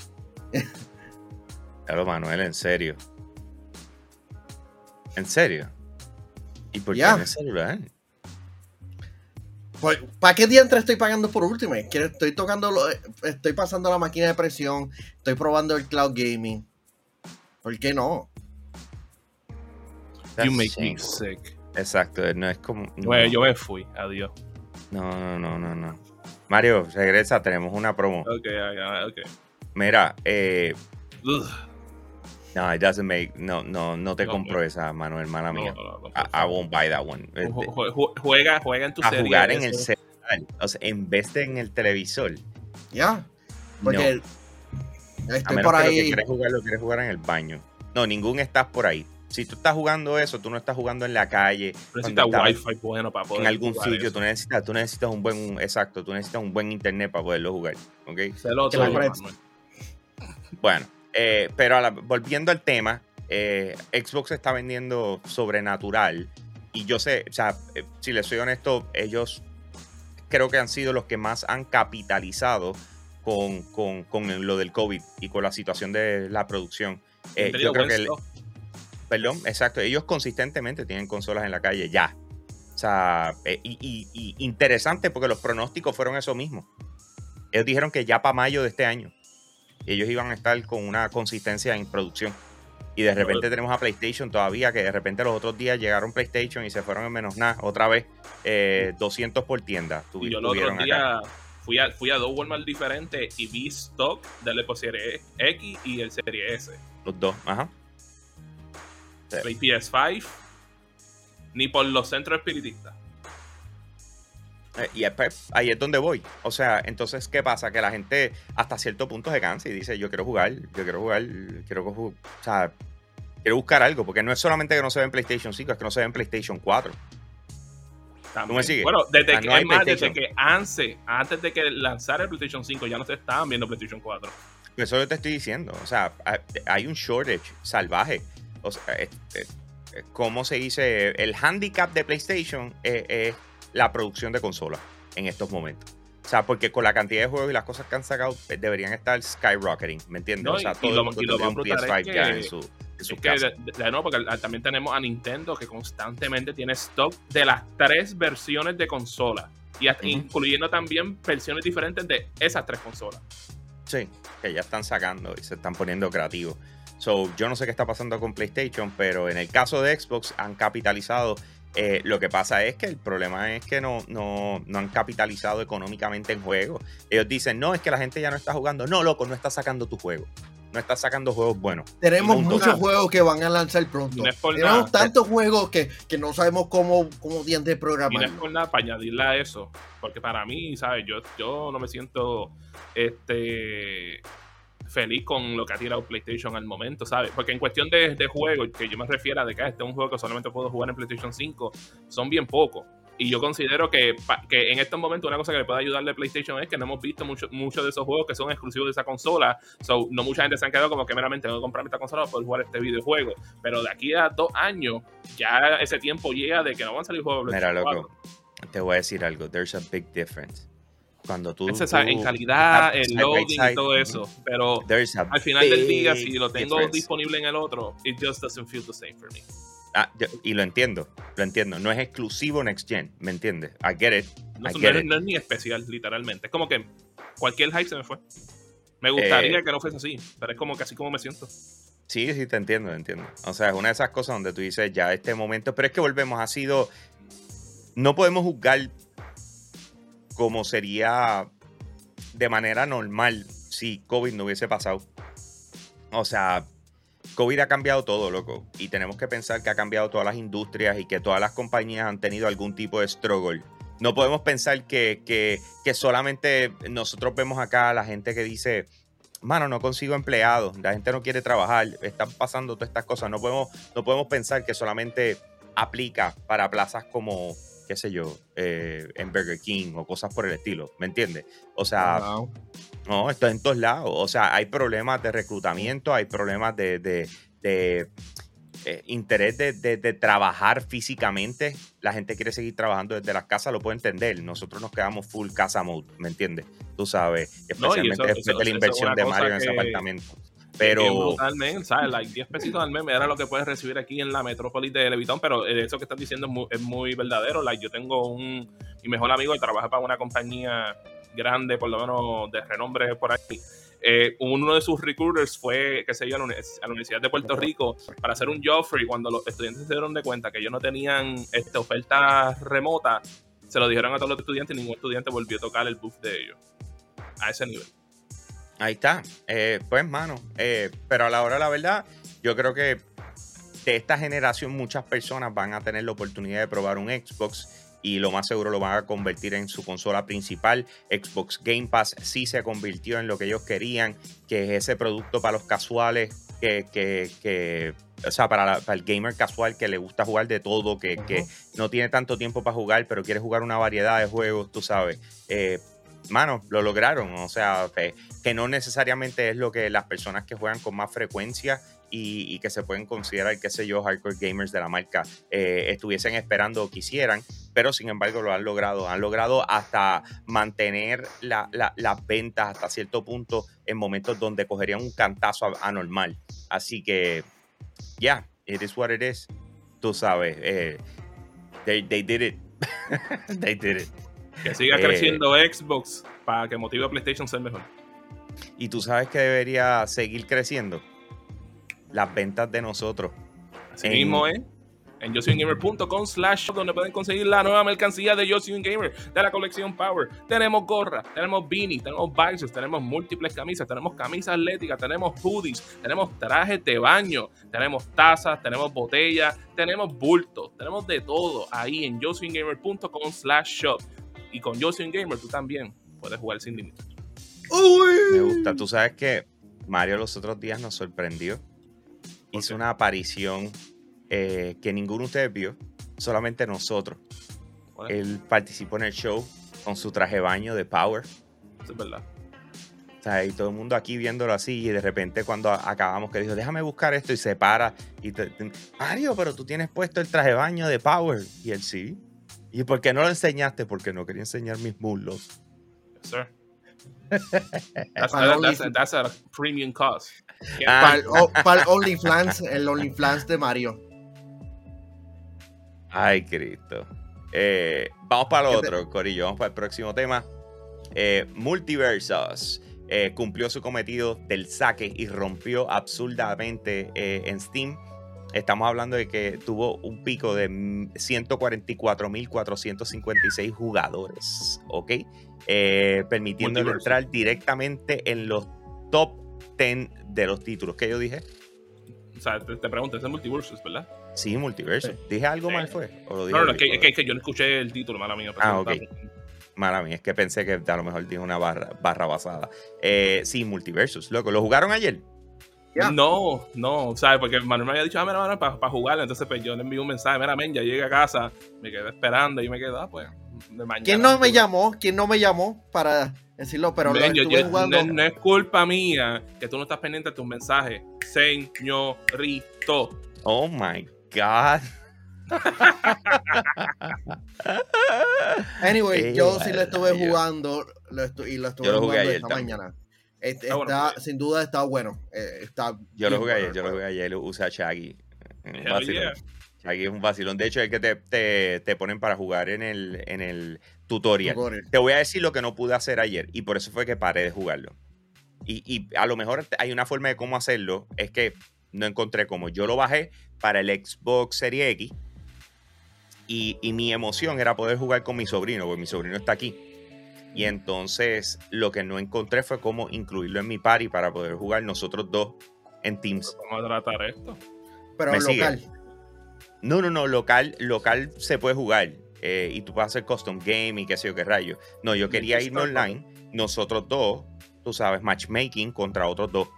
Claro, Manuel, en serio. ¿En serio? ¿Y por qué Ya. en el celular? ¿Para qué diantre estoy pagando por Ultimate? Estoy pasando la máquina de presión, estoy probando el cloud gaming. ¿Por qué no? You make That's me shameful. sick. Exacto, no es como... No, Bueno, yo me fui. Adiós. no. Mario, regresa, tenemos una promo. Ok. Mira, Ugh. no, it doesn't make... No te No, compro esa, Manuel, mala mía. No, I won't buy that one. Juega en tu A serie. jugar en el celular, o sea, en vez de en el televisor. Ya. Porque A estoy menos por que lo que ahí. quieres jugar en el baño. No, ningún estás por ahí. Si tú estás jugando eso, tú no estás jugando en la calle. Necesitas cuando estás wifi bueno para poder en algún jugar sitio, eso. tú necesitas un buen, exacto, tú necesitas un buen internet para poderlo jugar, ¿ok? Se lo Que la odio, red- Manuel. Bueno, pero volviendo al tema, Xbox está vendiendo Sobrenatural y yo sé, o sea, si les soy honesto, ellos creo que han sido los que más han capitalizado con lo del COVID y con la situación de la producción. Han Yo tenido creo buen que stock. Perdón, exacto. Ellos consistentemente tienen consolas en la calle ya. O sea, y interesante porque los pronósticos fueron eso mismo. Ellos dijeron que ya para mayo de este año ellos iban a estar con una consistencia en producción. Y de repente tenemos a PlayStation todavía, que de repente los otros días llegaron PlayStation y se fueron en menos nada. Otra vez, 200 por tienda. Y yo los otros Tuvieron días fui a dos Walmart diferentes y vi stock del Xbox Series X y el Series S. Los dos, ajá. Play PS5 ni por los centros espiritistas. Y después, ahí es donde voy. O sea, entonces, ¿qué pasa? Que la gente hasta cierto punto se cansa y dice, yo quiero jugar, o sea, quiero buscar algo, porque no es solamente que no se ve en PlayStation 5, es que no se ve en PlayStation 4. También. ¿Tú me sigues? Bueno, desde Ah, que, no hay es más, PlayStation. desde que antes de que lanzara el PlayStation 5 ya no se estaban viendo PlayStation 4. Eso yo te estoy diciendo. O sea, hay un shortage salvaje. O sea, ¿cómo se dice? El handicap de PlayStation es la producción de consolas en estos momentos. O sea, porque con la cantidad de juegos y las cosas que han sacado deberían estar skyrocketing, ¿me entiendes? No, o sea, y todo lo el mundo más tendría un brutal es PS5 que- ya en su Es que, casa. no, porque también tenemos a Nintendo que constantemente tiene stock de las 3 versiones de consola. Y Ujú. incluyendo también versiones diferentes de esas 3 consolas. Sí, que ya están sacando y se están poniendo creativos. So, yo no sé qué está pasando con PlayStation, pero en el caso de Xbox han capitalizado. Lo que pasa es que el problema es que no han capitalizado económicamente en juegos. Ellos dicen, no, es que la gente ya no está jugando. No, loco, no está sacando tu juego. No está sacando juegos buenos. Tenemos Punto. muchos juegos que van a lanzar pronto. No es por Tenemos nada. tantos juegos que no sabemos cómo dientes Y no es programar. por nada para añadirle a eso. Porque para mí, ¿sabes? Yo no me siento feliz con lo que ha tirado PlayStation al momento, ¿sabes? Porque en cuestión de juegos, que yo me refiero a de que este es un juego que solamente puedo jugar en PlayStation 5, son bien pocos. Y yo considero que en estos momentos una cosa que le puede ayudarle a PlayStation es que no hemos visto muchos de esos juegos que son exclusivos de esa consola. So, no mucha gente se han quedado como que meramente tengo que comprarme esta consola para poder jugar este videojuego. Pero de aquí a 2 años, ya ese tiempo llega de que no van a salir juegos de Mira, PlayStation loco, te voy a decir algo. There's a big difference. Cuando tú... Ese, ¿sabes? En calidad, el side by loading side, y todo eso. Pero there's a al final del día, big si lo tengo difference. disponible en el otro, it just doesn't feel the same for me. Y lo entiendo. No es exclusivo Next Gen, ¿me entiendes? I get it. No, I no get es, it. no es ni especial, literalmente. Es como que cualquier hype se me fue. Me gustaría que no fuese así, pero es como que así como me siento. Sí, te entiendo. O sea, es una de esas cosas donde tú dices ya este momento, pero es que volvemos, ha sido, no podemos juzgar como sería de manera normal si COVID no hubiese pasado. O sea, COVID ha cambiado todo, loco, y tenemos que pensar que ha cambiado todas las industrias y que todas las compañías han tenido algún tipo de struggle. No podemos pensar que solamente nosotros vemos acá a la gente que dice, mano, no consigo empleados, la gente no quiere trabajar, están pasando todas estas cosas. No podemos pensar que solamente aplica para plazas como, qué sé yo, en Burger King o cosas por el estilo, ¿me entiendes? O sea, no, esto es en todos lados. O sea, hay problemas de reclutamiento, hay problemas de interés de trabajar físicamente. La gente quiere seguir trabajando desde las casas, lo puedo entender. Nosotros nos quedamos full casa mode, ¿me entiendes? Tú sabes, especialmente después de la inversión de Mario en ese apartamento. Pero brutalmente, ¿sabes? Like 10 pesitos al mes era lo que puedes recibir aquí en la metrópolis de Levitón, pero eso que estás diciendo es muy verdadero. Like, yo tengo mi mejor amigo que trabaja para una compañía grande, por lo menos de renombre por ahí. Uno de sus recruiters fue, qué sé yo, a la Universidad de Puerto Rico para hacer un job fair, y cuando los estudiantes se dieron de cuenta que ellos no tenían ofertas remotas, se lo dijeron a todos los estudiantes y ningún estudiante volvió a tocar el booth de ellos a ese nivel. Ahí está. Pues, mano, pero a la hora de la verdad, yo creo que de esta generación muchas personas van a tener la oportunidad de probar un Xbox y lo más seguro lo van a convertir en su consola principal. Xbox Game Pass sí se convirtió en lo que ellos querían, que es ese producto para los casuales, o sea, para el gamer casual que le gusta jugar de todo, que no tiene tanto tiempo para jugar, pero quiere jugar una variedad de juegos, tú sabes. Mano, lo lograron. O sea, que no necesariamente es lo que las personas que juegan con más frecuencia y que se pueden considerar, qué sé yo, hardcore gamers de la marca, estuviesen esperando o quisieran, pero sin embargo lo han logrado. Han logrado hasta mantener las ventas hasta cierto punto en momentos donde cogerían un cantazo anormal. Así que, yeah, it is what it is. Tú sabes, they did it. They did it. Que siga creciendo Xbox para que motive a PlayStation a ser mejor. Y tú sabes que debería seguir creciendo las ventas de nosotros. Así mismo es. En yosoyungamer.com/shop, donde pueden conseguir la nueva mercancía de Yo Soy Un Gamer, de la colección Power. Tenemos gorras, tenemos beanies, tenemos visors, tenemos múltiples camisas, tenemos camisas atléticas, tenemos hoodies, tenemos trajes de baño, tenemos tazas, tenemos botellas, tenemos bultos, tenemos de todo ahí en yosoyungamer.com/shop. Y con Yo Soy Un Gamer tú también puedes jugar sin límites. Me gusta. Tú sabes que Mario los otros días nos sorprendió. Hizo una aparición que ninguno de ustedes vio, solamente nosotros. Él participó en el show con su traje de baño de Power. Eso es verdad. O sea, y todo el mundo aquí viéndolo así, y de repente cuando acabamos que dijo, déjame buscar esto, y se para y Mario, pero tú tienes puesto el traje de baño de Power. Y él sí. ¿Y por qué no lo enseñaste? Porque no quería enseñar mis muslos. Yes, sir. That's a premium cost. Para el OnlyFans, el OnlyFans de Mario. Ay, Cristo. Vamos para lo otro, Corillo. Vamos para el próximo tema. Multiversus cumplió su cometido del saque y rompió absurdamente en Steam. Estamos hablando de que tuvo un pico de 144.456 jugadores, ¿ok? Permitiéndole entrar directamente en los top 10 de los títulos. ¿Qué yo dije? O sea, te pregunto, ¿es el Multiversus, verdad? Sí, Multiversus. Sí. ¿Dije algo mal fue? ¿O lo dije No, es que yo no escuché el título, mala mía. Ok. Mala mía, es que pensé que a lo mejor dije una barra basada. Sí, Multiversus, loco. ¿Lo jugaron ayer? Yeah. No, ¿sabes? Porque Manuel me había dicho, mira, para jugar. Entonces, pues yo le envié un mensaje, mira, men, ya llegué a casa, me quedé esperando y me quedé, pues, de mañana. ¿Quién no me llamó para decirlo? Pero Men, lo estuve jugando. no es culpa mía que tú no estás pendiente de tus mensajes, señorito. Oh my God. Anyway, yo sí lo estuve jugando y lo estuve jugando esta también. mañana. Sin duda está bueno. Yo lo jugué ayer, usé a Shaggy. Shaggy es un vacilón. De hecho, es que te ponen para jugar en el tutorial. Te voy a decir lo que no pude hacer ayer y por eso fue que paré de jugarlo. Y a lo mejor hay una forma de cómo hacerlo, es que no encontré cómo. Yo lo bajé para el Xbox Series X y mi emoción era poder jugar con mi sobrino, porque mi sobrino está aquí. Y entonces lo que no encontré fue cómo incluirlo en mi party para poder jugar nosotros dos en Teams. Vamos a tratar esto. Pero ¿Me local. sigue? No, local se puede jugar. Y tú puedes hacer custom game y qué sé yo qué rayo. No, yo quería irme online, nosotros dos, tú sabes, matchmaking contra otros dos.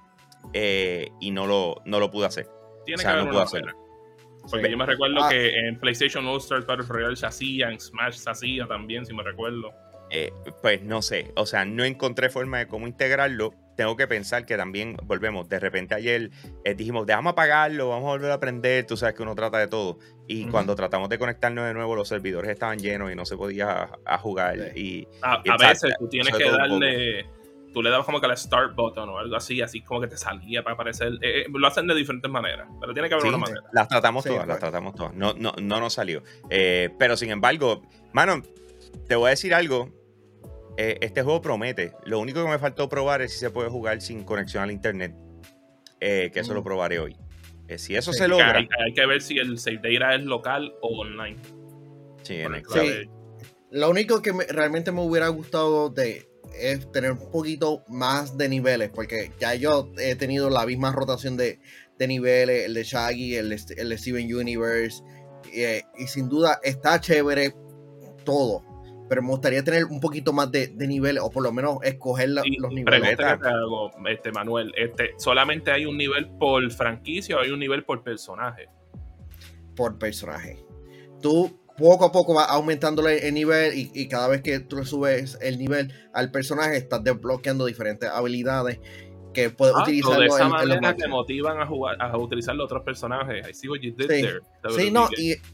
Y no lo pude hacer. Tiene O sea, que haber no una pude manera. Porque yo me recuerdo que en PlayStation All Stars Battle Royale se hacía, en Smash se hacía también, si me recuerdo. Pues no sé, o sea, no encontré forma de cómo integrarlo. Tengo que pensar que también, volvemos, de repente ayer dijimos, déjame apagarlo, vamos a volver a aprender, tú sabes que uno trata de todo. Y cuando tratamos de conectarnos de nuevo, los servidores estaban llenos y no se podía a jugar. Sí. A veces tú tienes que darle, tú le dabas como que la start button o algo así como que te salía para aparecer. Lo hacen de diferentes maneras, pero tiene que haber Sí, una manera. las tratamos Sí, todas, pues. las tratamos todas. No nos salió. Pero sin embargo, mano, te voy a decir algo. Este juego promete. Lo único que me faltó probar es si se puede jugar sin conexión al internet. Que eso lo probaré hoy. Si eso se logra. Hay que ver si el save data es local o online. Sí, Sí. Lo único que realmente me hubiera gustado es tener un poquito más de niveles, porque ya yo he tenido la misma rotación de niveles, el de Shaggy, el de Steven Universe, y sin duda está chévere todo, pero me gustaría tener un poquito más de niveles, o por lo menos escoger los niveles. Pregunta que te hago, Manuel, ¿solamente hay un nivel por franquicia o hay un nivel por personaje? Por personaje. Tú poco a poco vas aumentándole el nivel y cada vez que tú le subes el nivel al personaje estás desbloqueando diferentes habilidades que puedes utilizarlo de esa en los manera matches. te motivan a utilizar los otros personajes. I see what you did Sí. there. Sí, no,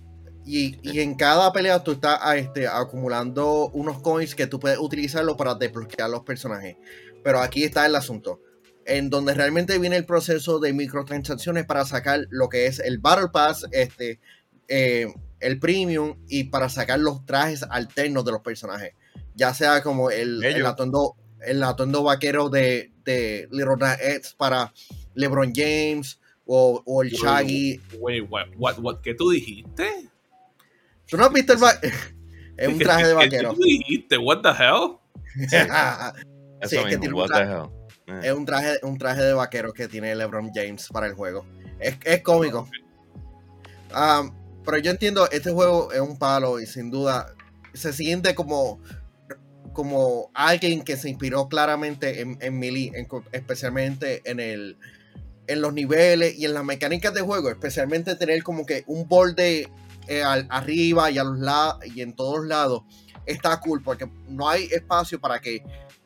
y en cada pelea tú estás acumulando unos coins que tú puedes utilizarlo para desbloquear los personajes. Pero aquí está el asunto, en donde realmente viene el proceso de microtransacciones para sacar lo que es el Battle Pass, el Premium, y para sacar los trajes alternos de los personajes. Ya sea como el atuendo vaquero de Little Nas X para LeBron James o el Shaggy. Wait, what? ¿Qué tú dijiste? ¿Tú no has visto es un traje de vaquero? ¿Qué tú dijiste? What the hell? Sí, es que tiene es un traje de vaquero que tiene LeBron James para el juego. Es cómico. Pero yo entiendo, este juego es un palo y sin duda se siente como alguien que se inspiró claramente en Melee, especialmente en los niveles y en las mecánicas de juego, especialmente tener como que un borde arriba y a los lados y en todos lados está cool, porque no hay espacio para que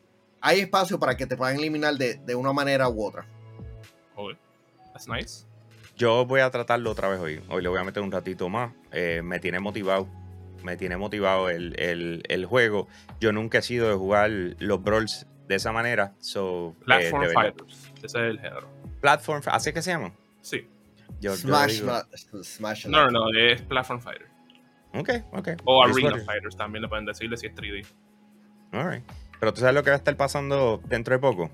te puedan eliminar de una manera u otra. Oh, that's nice. Yo voy a tratarlo otra vez hoy. Hoy le voy a meter un ratito más. Me tiene motivado el juego. Yo nunca he sido de jugar los brawls de esa manera. Platform Fighters. Ese es el género. Platform, ¿así que se llama? Sí. Smash. No, es Platform Fighter. Ok. O Arena Fighters también le pueden decirle si es 3D. Alright. Pero tú sabes lo que va a estar pasando dentro de poco.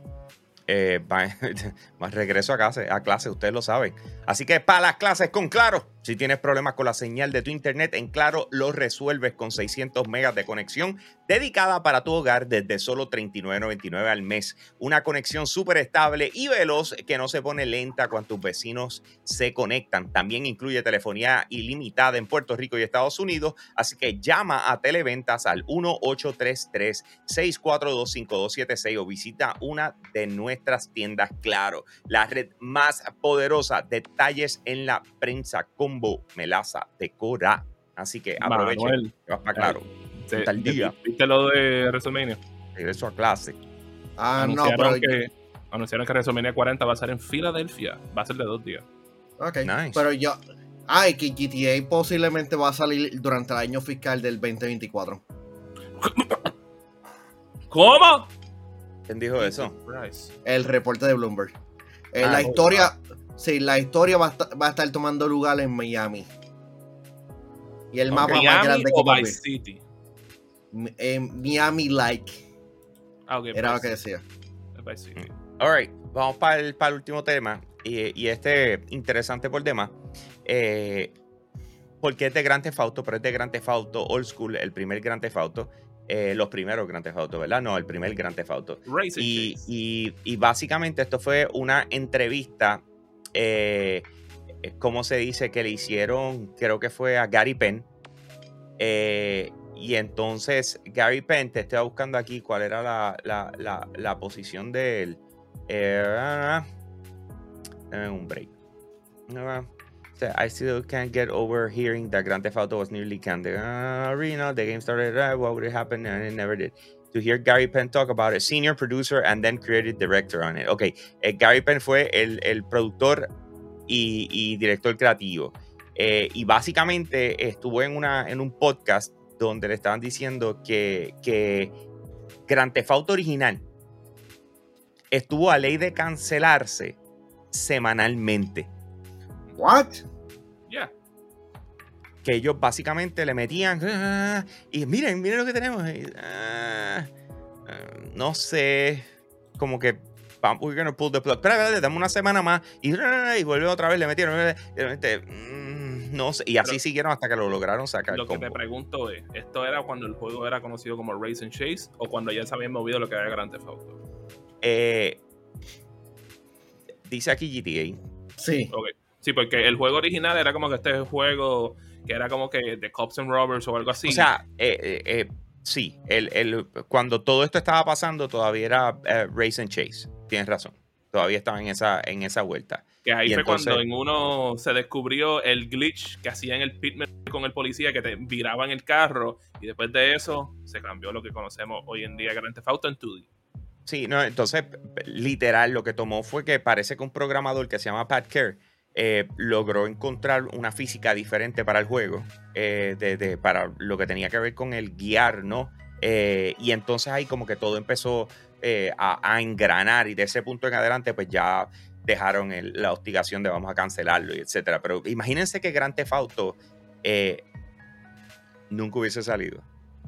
Más regreso a clase, ustedes lo saben. Así que para las clases con Claro, si tienes problemas con la señal de tu internet, en Claro lo resuelves con 600 megas de conexión dedicada para tu hogar desde solo $39.99 al mes. Una conexión súper estable y veloz que no se pone lenta cuando tus vecinos se conectan. También incluye telefonía ilimitada en Puerto Rico y Estados Unidos, así que llama a Televentas al 1-833-642-5276 o visita una de nuestras tiendas Claro, la red más poderosa. Detalles en la prensa. Combo Melaza Decora. Así que aprovecha. Manuel, vas para Claro. Tal día. ¿Viste lo de WrestleMania? Regreso a clase. Anunciaron que WrestleMania 40 va a ser en Filadelfia. Va a ser de 2 días. Ok. Nice. Pero que GTA posiblemente va a salir durante el año fiscal del 2024. ¿Cómo? ¿Quién dijo eso? El reporte de Bloomberg. La historia va a estar tomando lugar en Miami. Y el mapa más grande o que Vice City. Miami era lo que decía. Vice City. Alright, vamos para el último tema. Y este interesante por demás. Porque es de Grand Theft Auto, pero es de Grand Theft Auto Old School, el primer Grand Theft Auto. Los primeros Grand Theft Auto, ¿verdad? No, el primer Grand Theft Auto. Y básicamente esto fue una entrevista, ¿cómo se dice? Que le hicieron, creo que fue a Gary Penn. Y entonces Gary Penn, te estaba buscando aquí cuál era la posición de él. Dame un break. So I still can't get over hearing that Grand Theft Auto was nearly canned. Arena, the game started, what would happen? And it never did. To hear Gary Penn talk about it, senior producer and then creative director on it. Ok, Gary Penn fue el productor y director creativo. Y básicamente estuvo en un podcast donde le estaban diciendo que Grand Theft Auto original estuvo a ley de cancelarse semanalmente. What? Yeah. Que ellos básicamente le metían y miren lo que tenemos. No sé, como que we're gonna pull the plug. Espera, dame una semana más y vuelve otra vez, le metieron. No sé, y así Pero siguieron hasta que lo lograron sacar. lo que te pregunto es, ¿esto era cuando el juego era conocido como Race and Chase o cuando ya se habían movido lo que era Grand Theft Auto? Dice aquí GTA. Sí. Okay. Sí, porque el juego original era como que este juego que era como que de Cops and Robbers o algo así. O sea, sí, cuando todo esto estaba pasando todavía era Race and Chase. Tienes razón. Todavía estaba en esa vuelta. Que ahí y fue entonces, cuando en uno se descubrió el glitch que hacía en el pitman con el policía, que te viraban el carro, y después de eso se cambió lo que conocemos hoy en día Grand Theft Auto en 2D. Sí, no, entonces literal lo que tomó fue que parece que un programador que se llama Pat Kerr logró encontrar una física diferente para el juego, para lo que tenía que ver con el guiar, ¿no? Y entonces ahí como que todo empezó a engranar, y de ese punto en adelante pues ya dejaron la hostigación de vamos a cancelarlo y etcétera. Pero imagínense que Grand Theft Auto nunca hubiese salido.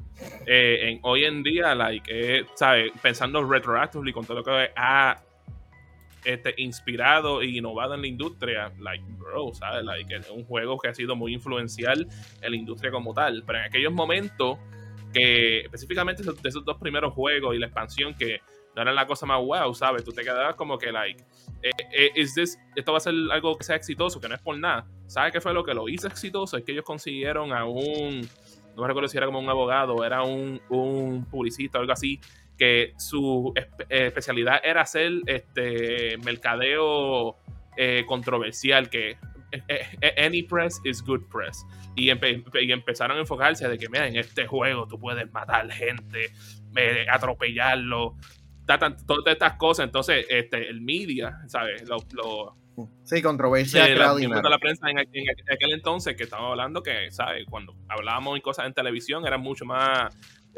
Hoy en día, ¿sabes? Pensando retroactively con todo lo que ha inspirado e innovado en la industria, bro, ¿sabes? Es un juego que ha sido muy influencial en la industria como tal. Pero en aquellos momentos, que específicamente de esos dos primeros juegos y la expansión, que no eran la cosa más wow, ¿sabes? Tú te quedabas como que, esto va a ser algo que sea exitoso, que no es por nada. ¿Sabes qué fue lo que lo hizo exitoso? Es que ellos consiguieron a no me recuerdo si era como un abogado o era un publicista o algo así, que su especialidad era hacer mercadeo controversial, que any press is good press. Y empezaron a enfocarse de que, mira, en este juego tú puedes matar gente, atropellarlo, todas estas cosas. Entonces, el media, ¿sabes? Sí, controversia creada de la prensa en aquel entonces, que estamos hablando que, ¿sabes? Cuando hablábamos de cosas en televisión era mucho más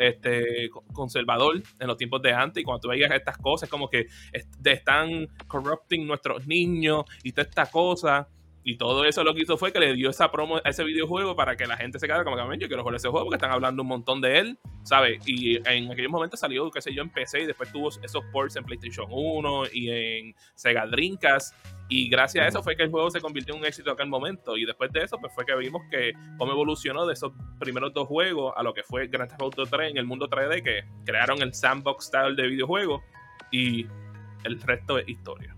conservador en los tiempos de antes, y cuando tú veías estas cosas como que están corrupting nuestros niños y toda esta cosa, y todo eso lo que hizo fue que le dio esa promo a ese videojuego para que la gente se quedara como que, yo quiero jugar ese juego porque están hablando un montón de él, ¿sabes? Y en aquellos momentos salió, qué sé yo, en PC, y después tuvo esos ports en PlayStation 1 y en Sega Dreamcast, y gracias a eso fue que el juego se convirtió en un éxito en aquel momento. Y después de eso pues fue que vimos que cómo evolucionó de esos primeros dos juegos a lo que fue Grand Theft Auto 3 en el mundo 3D, que crearon el sandbox style de videojuegos, y el resto es historia.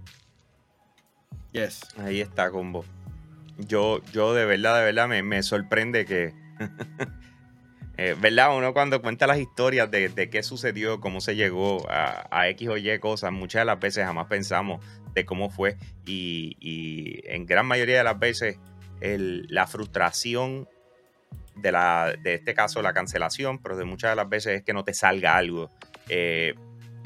Yes. Ahí está, combo. Yo de verdad me sorprende que ¿verdad? Uno cuando cuenta las historias de qué sucedió, cómo se llegó a X o Y cosas, muchas de las veces jamás pensamos de cómo fue, y en gran mayoría de las veces la frustración de este caso, la cancelación, pero de muchas de las veces es que no te salga algo, es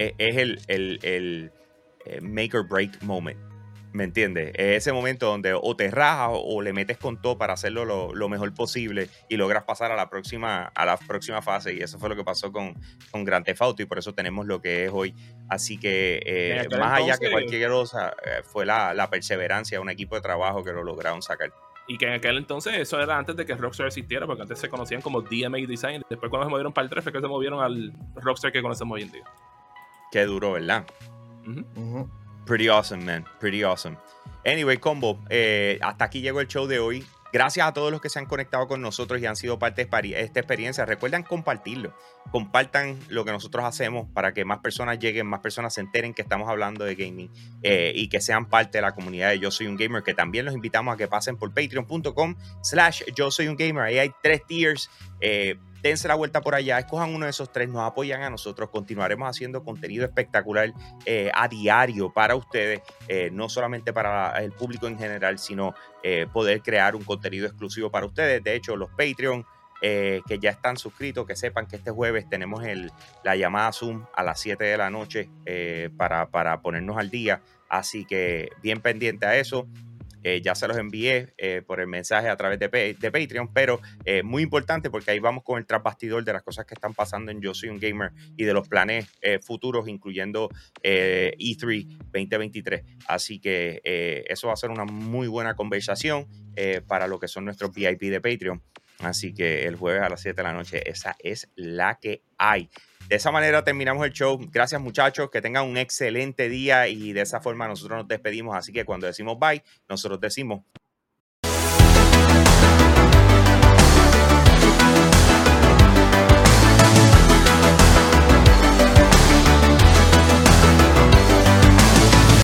el make or break moment. ¿Me entiendes? Es ese momento donde o te rajas o le metes con todo para hacerlo lo mejor posible y logras pasar a la próxima fase, y eso fue lo que pasó con Grand Theft Auto, y por eso tenemos lo que es hoy. Así que más allá que cualquier cosa, fue la perseverancia de un equipo de trabajo que lo lograron sacar. Y que en aquel entonces eso era antes de que Rockstar existiera, porque antes se conocían como DMA Design. Después cuando se movieron para el 3 fue que se movieron al Rockstar que conocemos hoy en día. Qué duro, ¿verdad? Pretty awesome, man. Pretty awesome. Anyway, combo, hasta aquí llegó el show de hoy. Gracias a todos los que se han conectado con nosotros y han sido parte de esta experiencia. Recuerden compartirlo. Compartan lo que nosotros hacemos para que más personas lleguen, más personas se enteren que estamos hablando de gaming, y que sean parte de la comunidad de Yo Soy Un Gamer, que también los invitamos a que pasen por patreon.com/Yo Soy Un Gamer. Ahí hay 3 tiers. dense la vuelta por allá, escojan uno de esos 3, nos apoyan a nosotros, continuaremos haciendo contenido espectacular a diario para ustedes, no solamente para el público en general, sino poder crear un contenido exclusivo para ustedes. De hecho, los Patreon que ya están suscritos, que sepan que este jueves tenemos la llamada Zoom a las 7 de la noche para ponernos al día, así que bien pendiente a eso. Ya se los envié por el mensaje a través de Patreon, pero muy importante porque ahí vamos con el trasbastidor de las cosas que están pasando en Yo Soy un Gamer y de los planes futuros, incluyendo E3 2023. Así que eso va a ser una muy buena conversación para lo que son nuestros VIP de Patreon. Así que el jueves a las 7 de la noche, esa es la que hay. De esa manera terminamos el show. Gracias, muchachos. Que tengan un excelente día y de esa forma nosotros nos despedimos. Así que cuando decimos bye, nosotros decimos